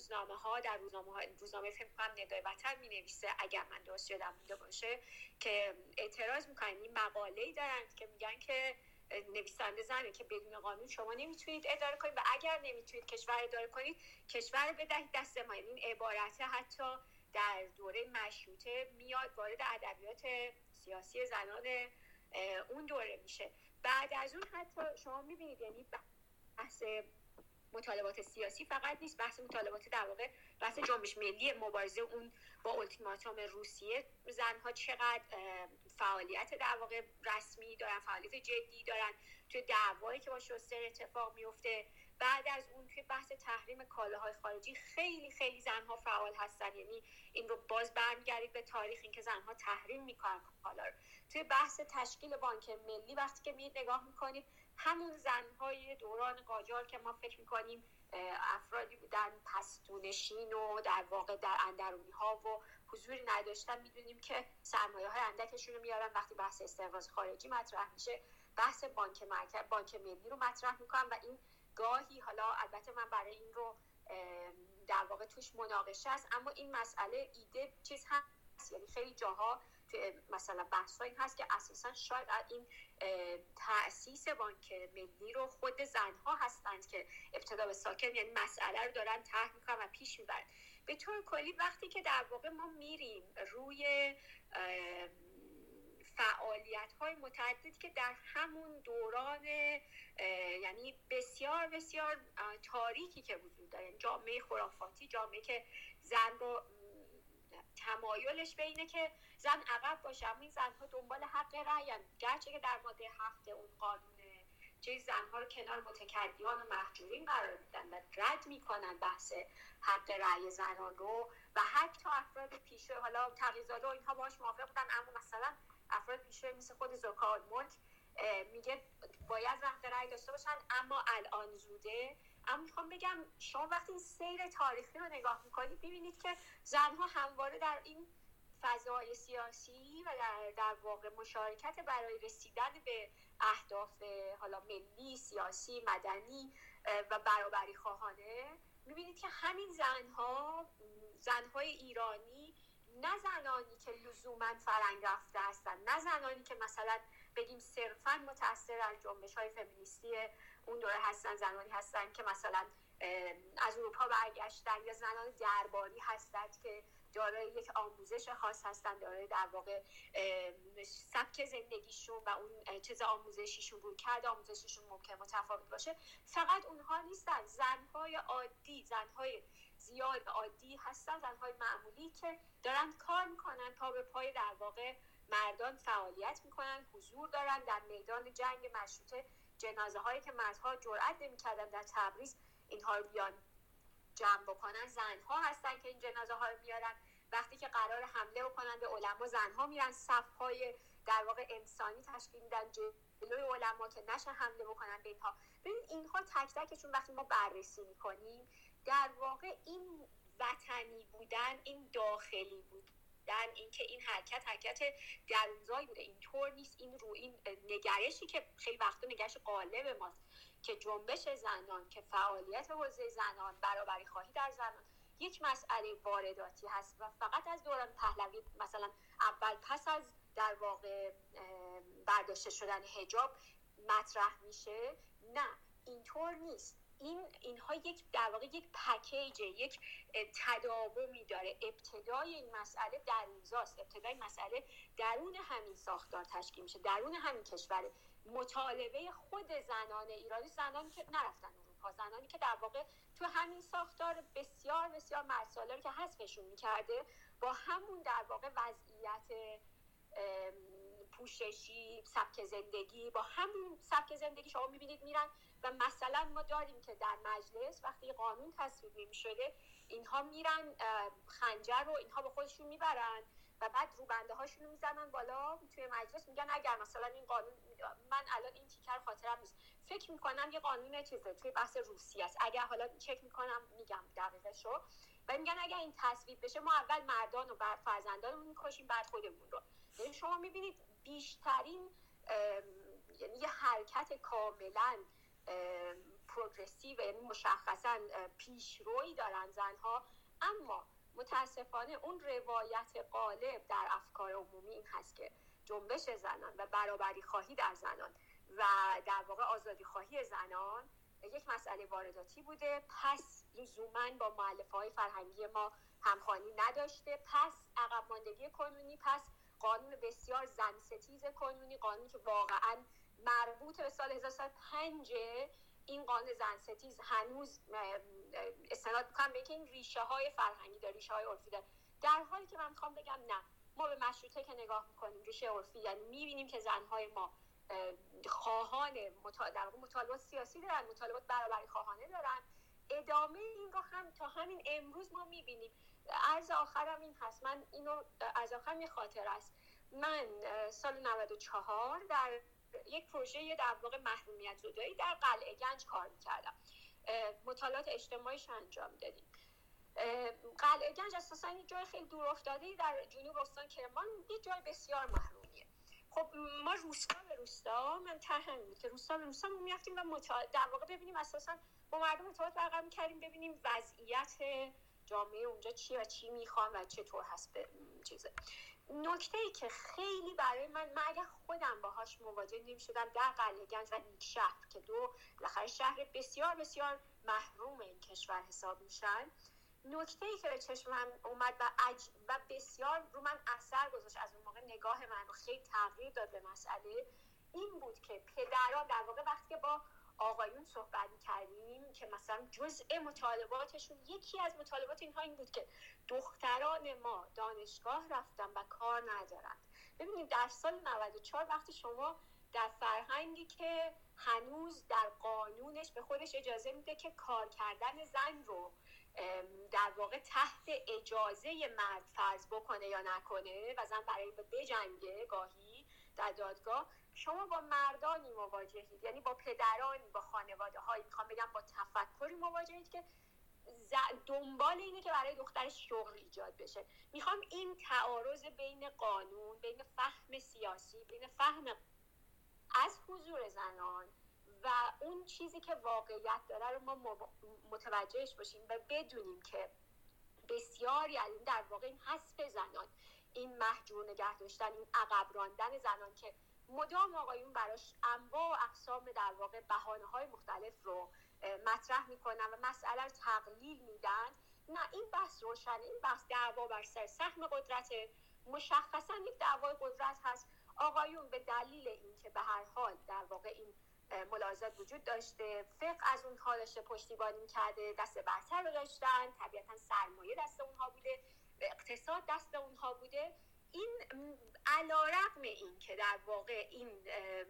روزنامه فکر کنم ندای وطن مینویسه اگر من درست یادم بوده باشه که اعتراض میکنن، این مقاله‌ای دارن که میگن که نویسنده زنه که بدون قانون شما نمیتونید اداره کنید و اگر نمیتونید کشور اداره کنید کشور بدهید دست ما. این عبارت حتی در دوره مشروطه میاد وارد ادبیات سیاسی زنان اون دوره میشه. بعد از اون حتی شما میبینید یعنی بحث مطالبات سیاسی فقط نیست، بحث مطالبات در واقع بحث جنبش ملی مبارزه اون با التیماتوم روسیه، زنها چقدر فعالیت در واقع رسمی دارن، فعالیت جدی دارن توی دعوایی که با شوستر اتفاق میفته. بعد از اون توی بحث تحریم کالاهای خارجی خیلی خیلی زنها فعال هستن، یعنی این رو باز برمیگردید به تاریخ اینکه زنها تحریم میکنن کالا رو. توی بحث تشکیل بانک ملی وقتی که نگاه میکنید همون زنهای دوران قاجار که ما فکر میکنیم افرادی بودن پستونشین و در واقع در اندرونی ها و حضوری نداشتن، میدونیم که سرمایه های اندکشون رو میارن. وقتی بحث استقراض خارجی مطرح میشه بحث بانک ملی رو مطرح میکنن و این گاهی، حالا البته من برای این رو در واقع توش مناقشه است، اما این مسئله ایده چیز هست، یعنی خیلی جاها مثلا بحث‌ها این هست که اساساً شاید این تأسیس بانک ملی رو خود زنها هستند که ابتدا به ساکن، یعنی مسئله رو دارن طرح میکنن و پیش میبرن. به طور کلی وقتی که در واقع ما میریم روی فعالیت‌های متعددی که در همون دوران یعنی بسیار بسیار تاریکی که وجود داره، یعنی جامعه خرافاتی، جامعه که زن رو تمایلش به اینه که زن عقب باشه، اما این زنها دنبال حق رأی هستند، گرچه که در ماده 7 اون قانون چیز زنها رو کنار متکدیان و محجورین قرار میدن و رد میکنن بحث حق رأی زنان رو. و حتی افراد پیشرو، حالا تقی‌زاده و اینها باهاش موافق بودن، اما مثلا افراد پیشرو مثل خود زوکارمولک میگه باید حق رأی داشته باشن اما الان زوده. اما میخوام بگم شما وقتی این سیر تاریخی رو نگاه میکنید ببینید که زنها همواره در این فضای سیاسی و در واقع مشارکت برای رسیدن به اهداف حالا ملی، سیاسی، مدنی و برابری خواهانه، میبینید که همین زنهای ایرانی، نه زنانی که لزوما فرنگ رفته هستن، نه زنانی که مثلا بگیم صرفا متأثر از جنبش‌های فمینیستی اون دوره هستن، زنانی هستن که مثلا از اروپا برگشتن، یا زنان درباری هستند که دارای یک آموزش خاص هستن، دارای در واقع سبک زندگیشون و اون چیز آموزشیشون، رویکرد آموزشیشون ممکن متفاوت باشه. فقط اونها نیستن، زنهای عادی، زنهای زیاد عادی هستن، زنهای معمولی که دارن کار میکنن، پا به پای در واقع مردان فعالیت میکنن، حضور دارن در میدان جنگ مشروطه. جنازه هایی که مردها جرئت نمی‌کردن در تبریز اینها رو بیان جمع بکنن، زنها هستن که این جنازه ها رو میارن. وقتی که قرار حمله بکنن به علما، زنها میرن صف‌های در واقع انسانی تشکیل میدن جلوی علما که نشه حمله بکنن به اینها. ببین اینها تک تکشون وقتی ما بررسی میکنیم در واقع این وطنی بودن، این داخلی بودن، اینکه این حرکت درونزایی بوده، اینطور نیست. این رو این نگرشی که خیلی وقتا نگرش غالب ماست که جنبش زنان، که فعالیت حوزه زنان، برابری خواهی در زنان یک مسئله وارداتی هست و فقط از دوران پهلوی مثلا اول پس از در واقع برداشته شدن حجاب مطرح میشه. نه، اینطور نیست. اینها در واقع یک پکیج، یک تداومی داره. ابتدای این مسئله در اینجاست، ابتدای مسئله درون همین ساختار تشکیل میشه، درون همین کشور. مطالبه خود زنان ایرانی، زنانی که نرفتن اروپا، زنانی که در واقع تو همین ساختار بسیار بسیار مرسالاری که حذفشون میکرده، با همون در واقع وضعیت پوششی، سبک زندگی، با همون سبک زندگی شما میبینید میرن. و مثلا ما داریم که در مجلس وقتی قانون تصویب نمی‌شده، اینها میرن خنجر رو اینها به خودشون میبرن و بعد روبنده هاشون رو میزنن بالا توی مجلس، میگن اگر مثلا این قانون، من الان این تیکر خاطرم نیست، فکر میکنم یه قانون چیزه توی بحث روسیه است، اگر حالا چک میکنم میگم دقیقشو، و میگن اگر این تصویب بشه ما اول مردان و فرزندانمون میکشیم بعد خودمون رو. یعنی شما میبینید بیشترین یعنی یه حرکت کاملا پروگرسیو، یعنی مشخصا پیشرویی دارن زنها، اما متاسفانه اون روایت غالب در افکار عمومی این هست که جنبش زنان و برابری خواهی در زنان و در واقع آزادی خواهی زنان یک مسئله وارداتی بوده، پس لزوماً با مؤلفه‌های فرهنگی ما همخوانی نداشته، پس عقب ماندگی کنونی، پس قانون بسیار زن ستیز کنونی، قانونی که واقعاً مربوط به سال 1905، این قانون زن ستیز هنوز استناد میکنم به اینکه این ریشه های فرهنگی داره، ریشه های عرفی داره، در حالی که من میخوام بگم نه، ما به مشروطه که نگاه میکنیم ریشه عرفی، یعنی میبینیم که زنهای ما خواهان در واقع مطالبات سیاسی دارن، مطالبات برابری خواهانه دارن. ادامه این رو هم تا همین امروز ما میبینیم. عرض آخرم این هست، من اینو از آخرم یه خاطر است، من سال 94 در یک پروژه در واقع محرومیت زدایی در قلعه گنج کار میکردم، مطالعات اجتماعیش انجام دادیم. قلعه گنج اساساً یه جای خیلی دور افتاده در جنوب استان کرمان، یه جای بسیار محرومیه. خب ما روستا به روستا، من طرحم بود که روستا به روستا ما می‌رفتیم و در واقع ببینیم اساساً با مردم ارتباط برقرار می‌کردیم، ببینیم وضعیت جامعه اونجا چی و چی میخوان و چطور هست به چیزه. نکته‌ای که خیلی برای من اگه خودم باهاش مواجه نمی‌شدم در قلعه گنج و نیکشهر که دو بالاخره شهر بسیار بسیار محروم این کشور حساب میشن، نکته‌ای که به چشمم اومد و بسیار رو من اثر گذاشت، از اون موقع نگاه من رو خیلی تغییر داد به مسئله، این بود که پدرها در واقع وقتی با آقایون صحبت کردیم که مثلا جزء مطالباتشون، یکی از مطالبات اینها این بود که دختران ما دانشگاه رفتن و کار ندارن. ببینید در سال 94 وقتی شما در فرهنگی که هنوز در قانونش به خودش اجازه میده که کار کردن زن رو در واقع تحت اجازه مرد فرض بکنه یا نکنه و زن برای بجنگه گاهی در دادگاه، شما با مردانی مواجهید، یعنی با پدرانی، با خانواده هایی، میخوام بگم با تفکری مواجهید که دنبال اینه که برای دخترش شغل ایجاد بشه. میخوام این تعارض بین قانون، بین فهم سیاسی، بین فهم از حضور زنان و اون چیزی که واقعیت داره رو ما متوجهش باشیم و بدونیم که بسیاری از این در واقع این حذف زنان، این محجور نگه داشتن، این عقب راندن زنان که مدام آقایون براش انواع و اقسام در واقع بهانه‌های مختلف رو مطرح میکنن و مسئله رو تقلیل میدن. نه، این بحث روشنه، این بحث دعوا بر سر سهم قدرت، مشخصا یک دعوای قدرت هست. آقایون به دلیل اینکه به هر حال در واقع این ملاحظات وجود داشته، فقه از اونها داشته پشتیبانی کرده، دست برتر رو داشتن، طبیعتا سرمایه دست اونها بوده، اقتصاد دست اونها بوده. این علیرغم این که در واقع این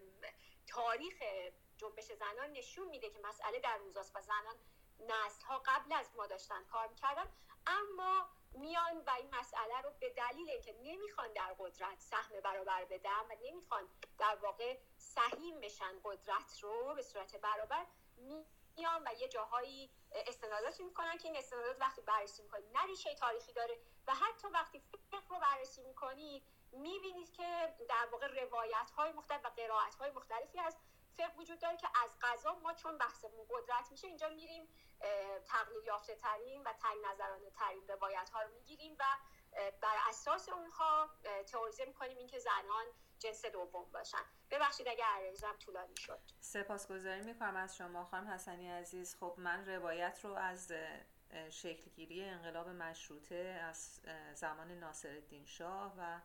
تاریخ جنبش زنان نشون میده که مسئله در روزاست و زنان نسل‌ها قبل از ما داشتن کار میکردن، اما میان و این مسئله رو به دلیل اینکه نمیخوان در قدرت سهم برابر بدن و نمیخوان در واقع سهیم بشن قدرت رو به صورت برابر، میان و یه جاهایی استناداتی میکنن که این استنادات وقتی بررسی میکنید نه ریشه تاریخی داره و حتی وقتی فقه رو بررسی میکنید میبینید که در واقع روایت‌های مختلف و قرائت‌های مختلفی از فقه وجود داره که از قضا ما چون بحثمون قدرت میشه اینجا میریم تقلیل یافته ترین و تنگ نظرانه ترین روایت ها رو میگیریم و بر اساس اونها تئوریزه میکنیم اینکه زنان جنس دوم باشن. ببخشید اگر عرضم طولانی شد. سپاسگزاری میکنم از شما خانم حسنی عزیز. خب من روایت رو از شکلگیری انقلاب مشروطه از زمان ناصرالدین شاه و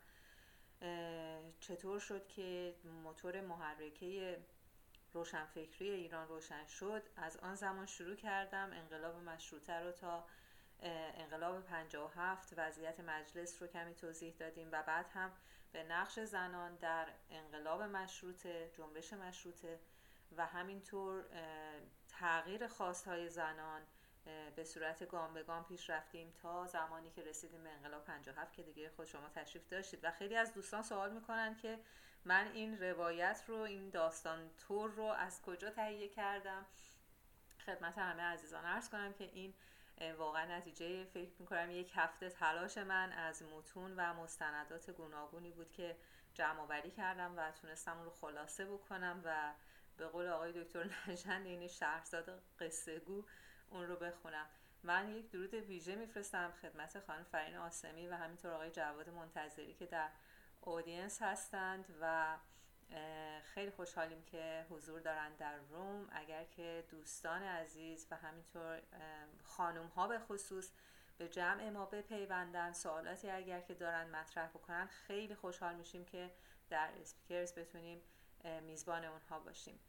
چطور شد که موتور محرکه روشنفکری ایران روشن شد، از آن زمان شروع کردم انقلاب مشروطه رو تا انقلاب 57 وضعیت مجلس رو کمی توضیح دادیم و بعد هم به نقش زنان در انقلاب مشروطه، جنبش مشروطه و همینطور تغییر خواستهای زنان به صورت گام به گام پیش رفتیم تا زمانی که رسیدیم به انقلاب 57 که دیگه خود شما تشریف داشتید. و خیلی از دوستان سوال میکنن که من این روایت رو، این داستان تور رو از کجا تهیه کردم. خدمت همه عزیزان عرض کنم که این واقعا نتیجه فکر میکنم 1 هفته تلاش من از متون و مستندات گوناگونی بود که جمع آوری کردم و تونستم اون رو خلاصه بکنم و به قول آقای دکتر نژند این شهرزاد قصه گو اون رو بخونم. من یک درود ویژه میفرستم خدمت خانم فرین آسمی و همینطور آقای جواد منتظری که در اودینس هستند و خیلی خوشحالیم که حضور دارن در روم. اگر که دوستان عزیز و همینطور خانم ها به خصوص به جمع ما بپیوندن، سوالاتی اگر که دارن مطرح بکنن، خیلی خوشحال میشیم که در اسپیکرز بتونیم میزبان اونها باشیم.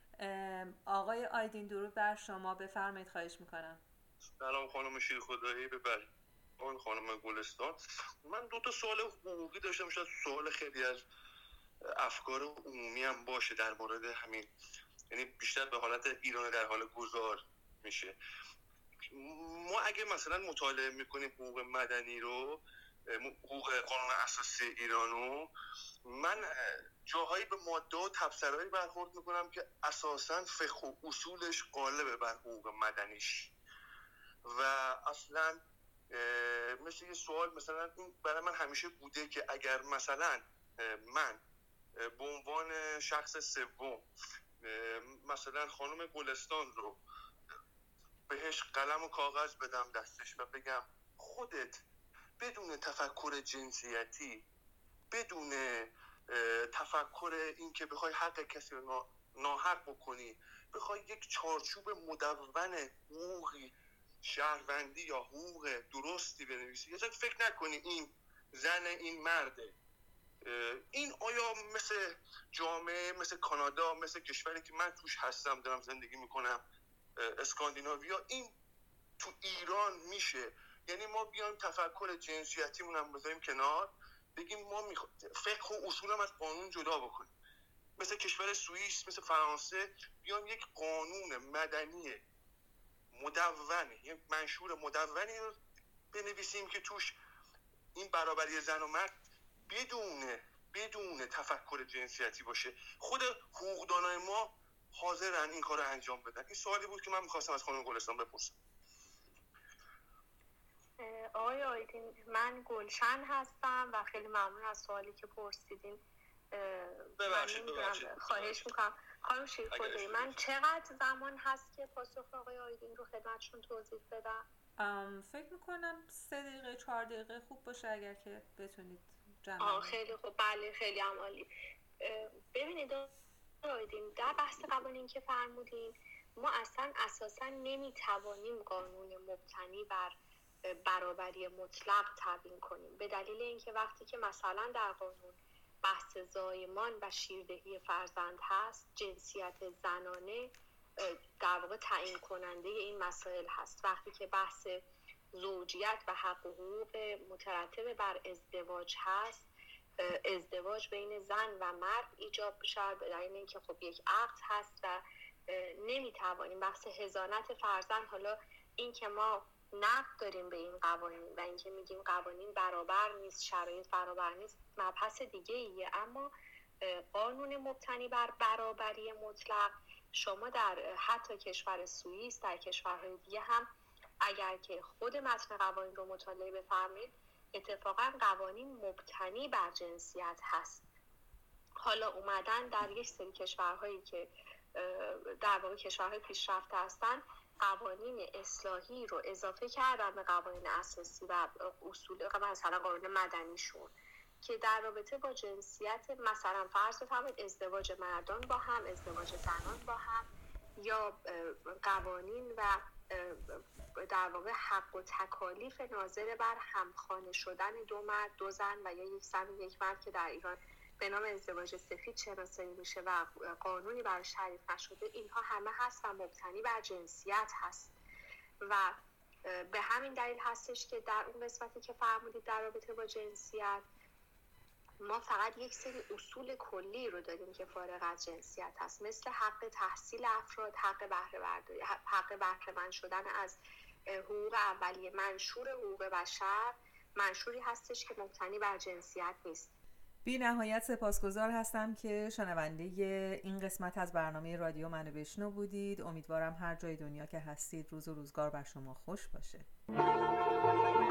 آقای آیدین درود بر شما، بفرمایید. خواهش میکنم. سلام خانم شیرخدایی، ببرید اون خانم گلستان. من 2 سوال حقوقی داشتم، شاید سوال خیلی از افکار عمومی هم باشه در مورد همین، یعنی بیشتر به حالت ایران در حال گذار میشه. ما اگه مثلا مطالعه میکنیم حقوق مدنی رو، حقوق قانون اساسی ایرانو، من جاهایی به ماده و تبصرهایی برخورد میکنم که اساساً فقه و اصولش غالبه بر حقوق مدنیش و اصلا مثل یه سوال مثلا این برای من همیشه بوده که اگر مثلا من به عنوان شخص سوم مثلا خانم گلستان رو بهش قلم و کاغذ بدم دستش و بگم خودت بدون تفکر جنسیتی، بدون تفکر این که بخوای حق کسی رو ناحق بکنی، بخوای یک چارچوب مدون حقوقی شهروندی یا حقوق درستی بنویسی، یا فکر نکنی این زن این مرده، این آیا مثل جامعه مثل کانادا، مثل کشوری که من توش هستم دارم زندگی میکنم، اسکاندیناویا، این تو ایران میشه؟ یعنی ما بیایم تفکر جنسیتیمون هم بذاریم کنار، بگیم ما فقه و اصول هم از قانون جدا بکنیم، مثل کشور سوئیس، مثل فرانسه، بیایم یک قانون مدنی مدون، یک منشور مدونی رو بنویسیم که توش این برابری زن و مرد بدون تفکر جنسیتی باشه. خود حقوقدانای ما حاضرن این کار رو انجام بدن. این سوالی بود که من میخواستم از خانم گلستان بپرسم. آقای آیدین، من گلشن هستم و خیلی ممنون از سوالی که پرسیدین. ببخشید. خواهش میکنم. خانم شیرخدایی، من چقدر زمان هست که پاسخ آقای آیدین رو خدمتشون توضیح بدم؟ فکر میکنم 3 دقیقه 4 دقیقه خوب باشه اگر که بتونید جمع. خیلی خوب، بله، خیلی عالی. ببینید آیدین، در بحث قوانین که فرمودین، ما اصلا اساسا نمیتوانیم قانون مبتنی بر برابری مطلق تبیین کنیم، به دلیل اینکه وقتی که مثلا در قانون بحث زایمان و شیردهی فرزند هست، جنسیت زنانه در واقع تعیین کننده این مسائل هست. وقتی که بحث زوجیت و حق و حقوق مترتب بر ازدواج هست، ازدواج بین زن و مرد ایجاب بشه، به دلیل اینکه خب یک عقد هست و نمیتوانیم بحث حضانت فرزند، حالا این که ما نقد داریم به این قوانین و اینکه میگیم قوانین برابر نیست، شرایط برابر نیست، مبحث دیگه ایه. اما قانون مبتنی بر برابری مطلق، شما در حتی کشور سوئیس، در کشورهای دیگه هم اگر که خود متن قوانین رو مطالعه بفرمایید، اتفاقا قوانین مبتنی بر جنسیت هست. حالا اومدن در یک سری کشورهایی که در واقع کشورهای پیشرفته هستن، قوانین اصلاحی رو اضافه کردن به قوانین اساسی و اصول مثلا قانون مدنیشون که در رابطه با جنسیت، مثلا فرض بفرمایید ازدواج مردان با هم، ازدواج زنان با هم، یا قوانین و در واقع حق و تکالیف ناظر بر همخانه شدن دو مرد، دو زن و یا یک زن و یک مرد که در ایران به نام ازدواج سفید شناسایی میشه و قانونی براش تعریف نشده، اینها همه هست و مبتنی بر جنسیت هست و به همین دلیل هستش که در اون قسمتی که فرمودید در رابطه با جنسیت ما فقط یک سری اصول کلی رو داریم که فارغ از جنسیت هست، مثل حق تحصیل افراد، حق بهره مند شدن از حقوق اولیه، منشور حقوق بشر، منشوری هستش که مبتنی بر جنسیت نیست. بی نهایت سپاسگزار هستم که شنونده این قسمت از برنامه رادیو منو بشنو بودید. امیدوارم هر جای دنیا که هستید روز و روزگار بر شما خوش باشه.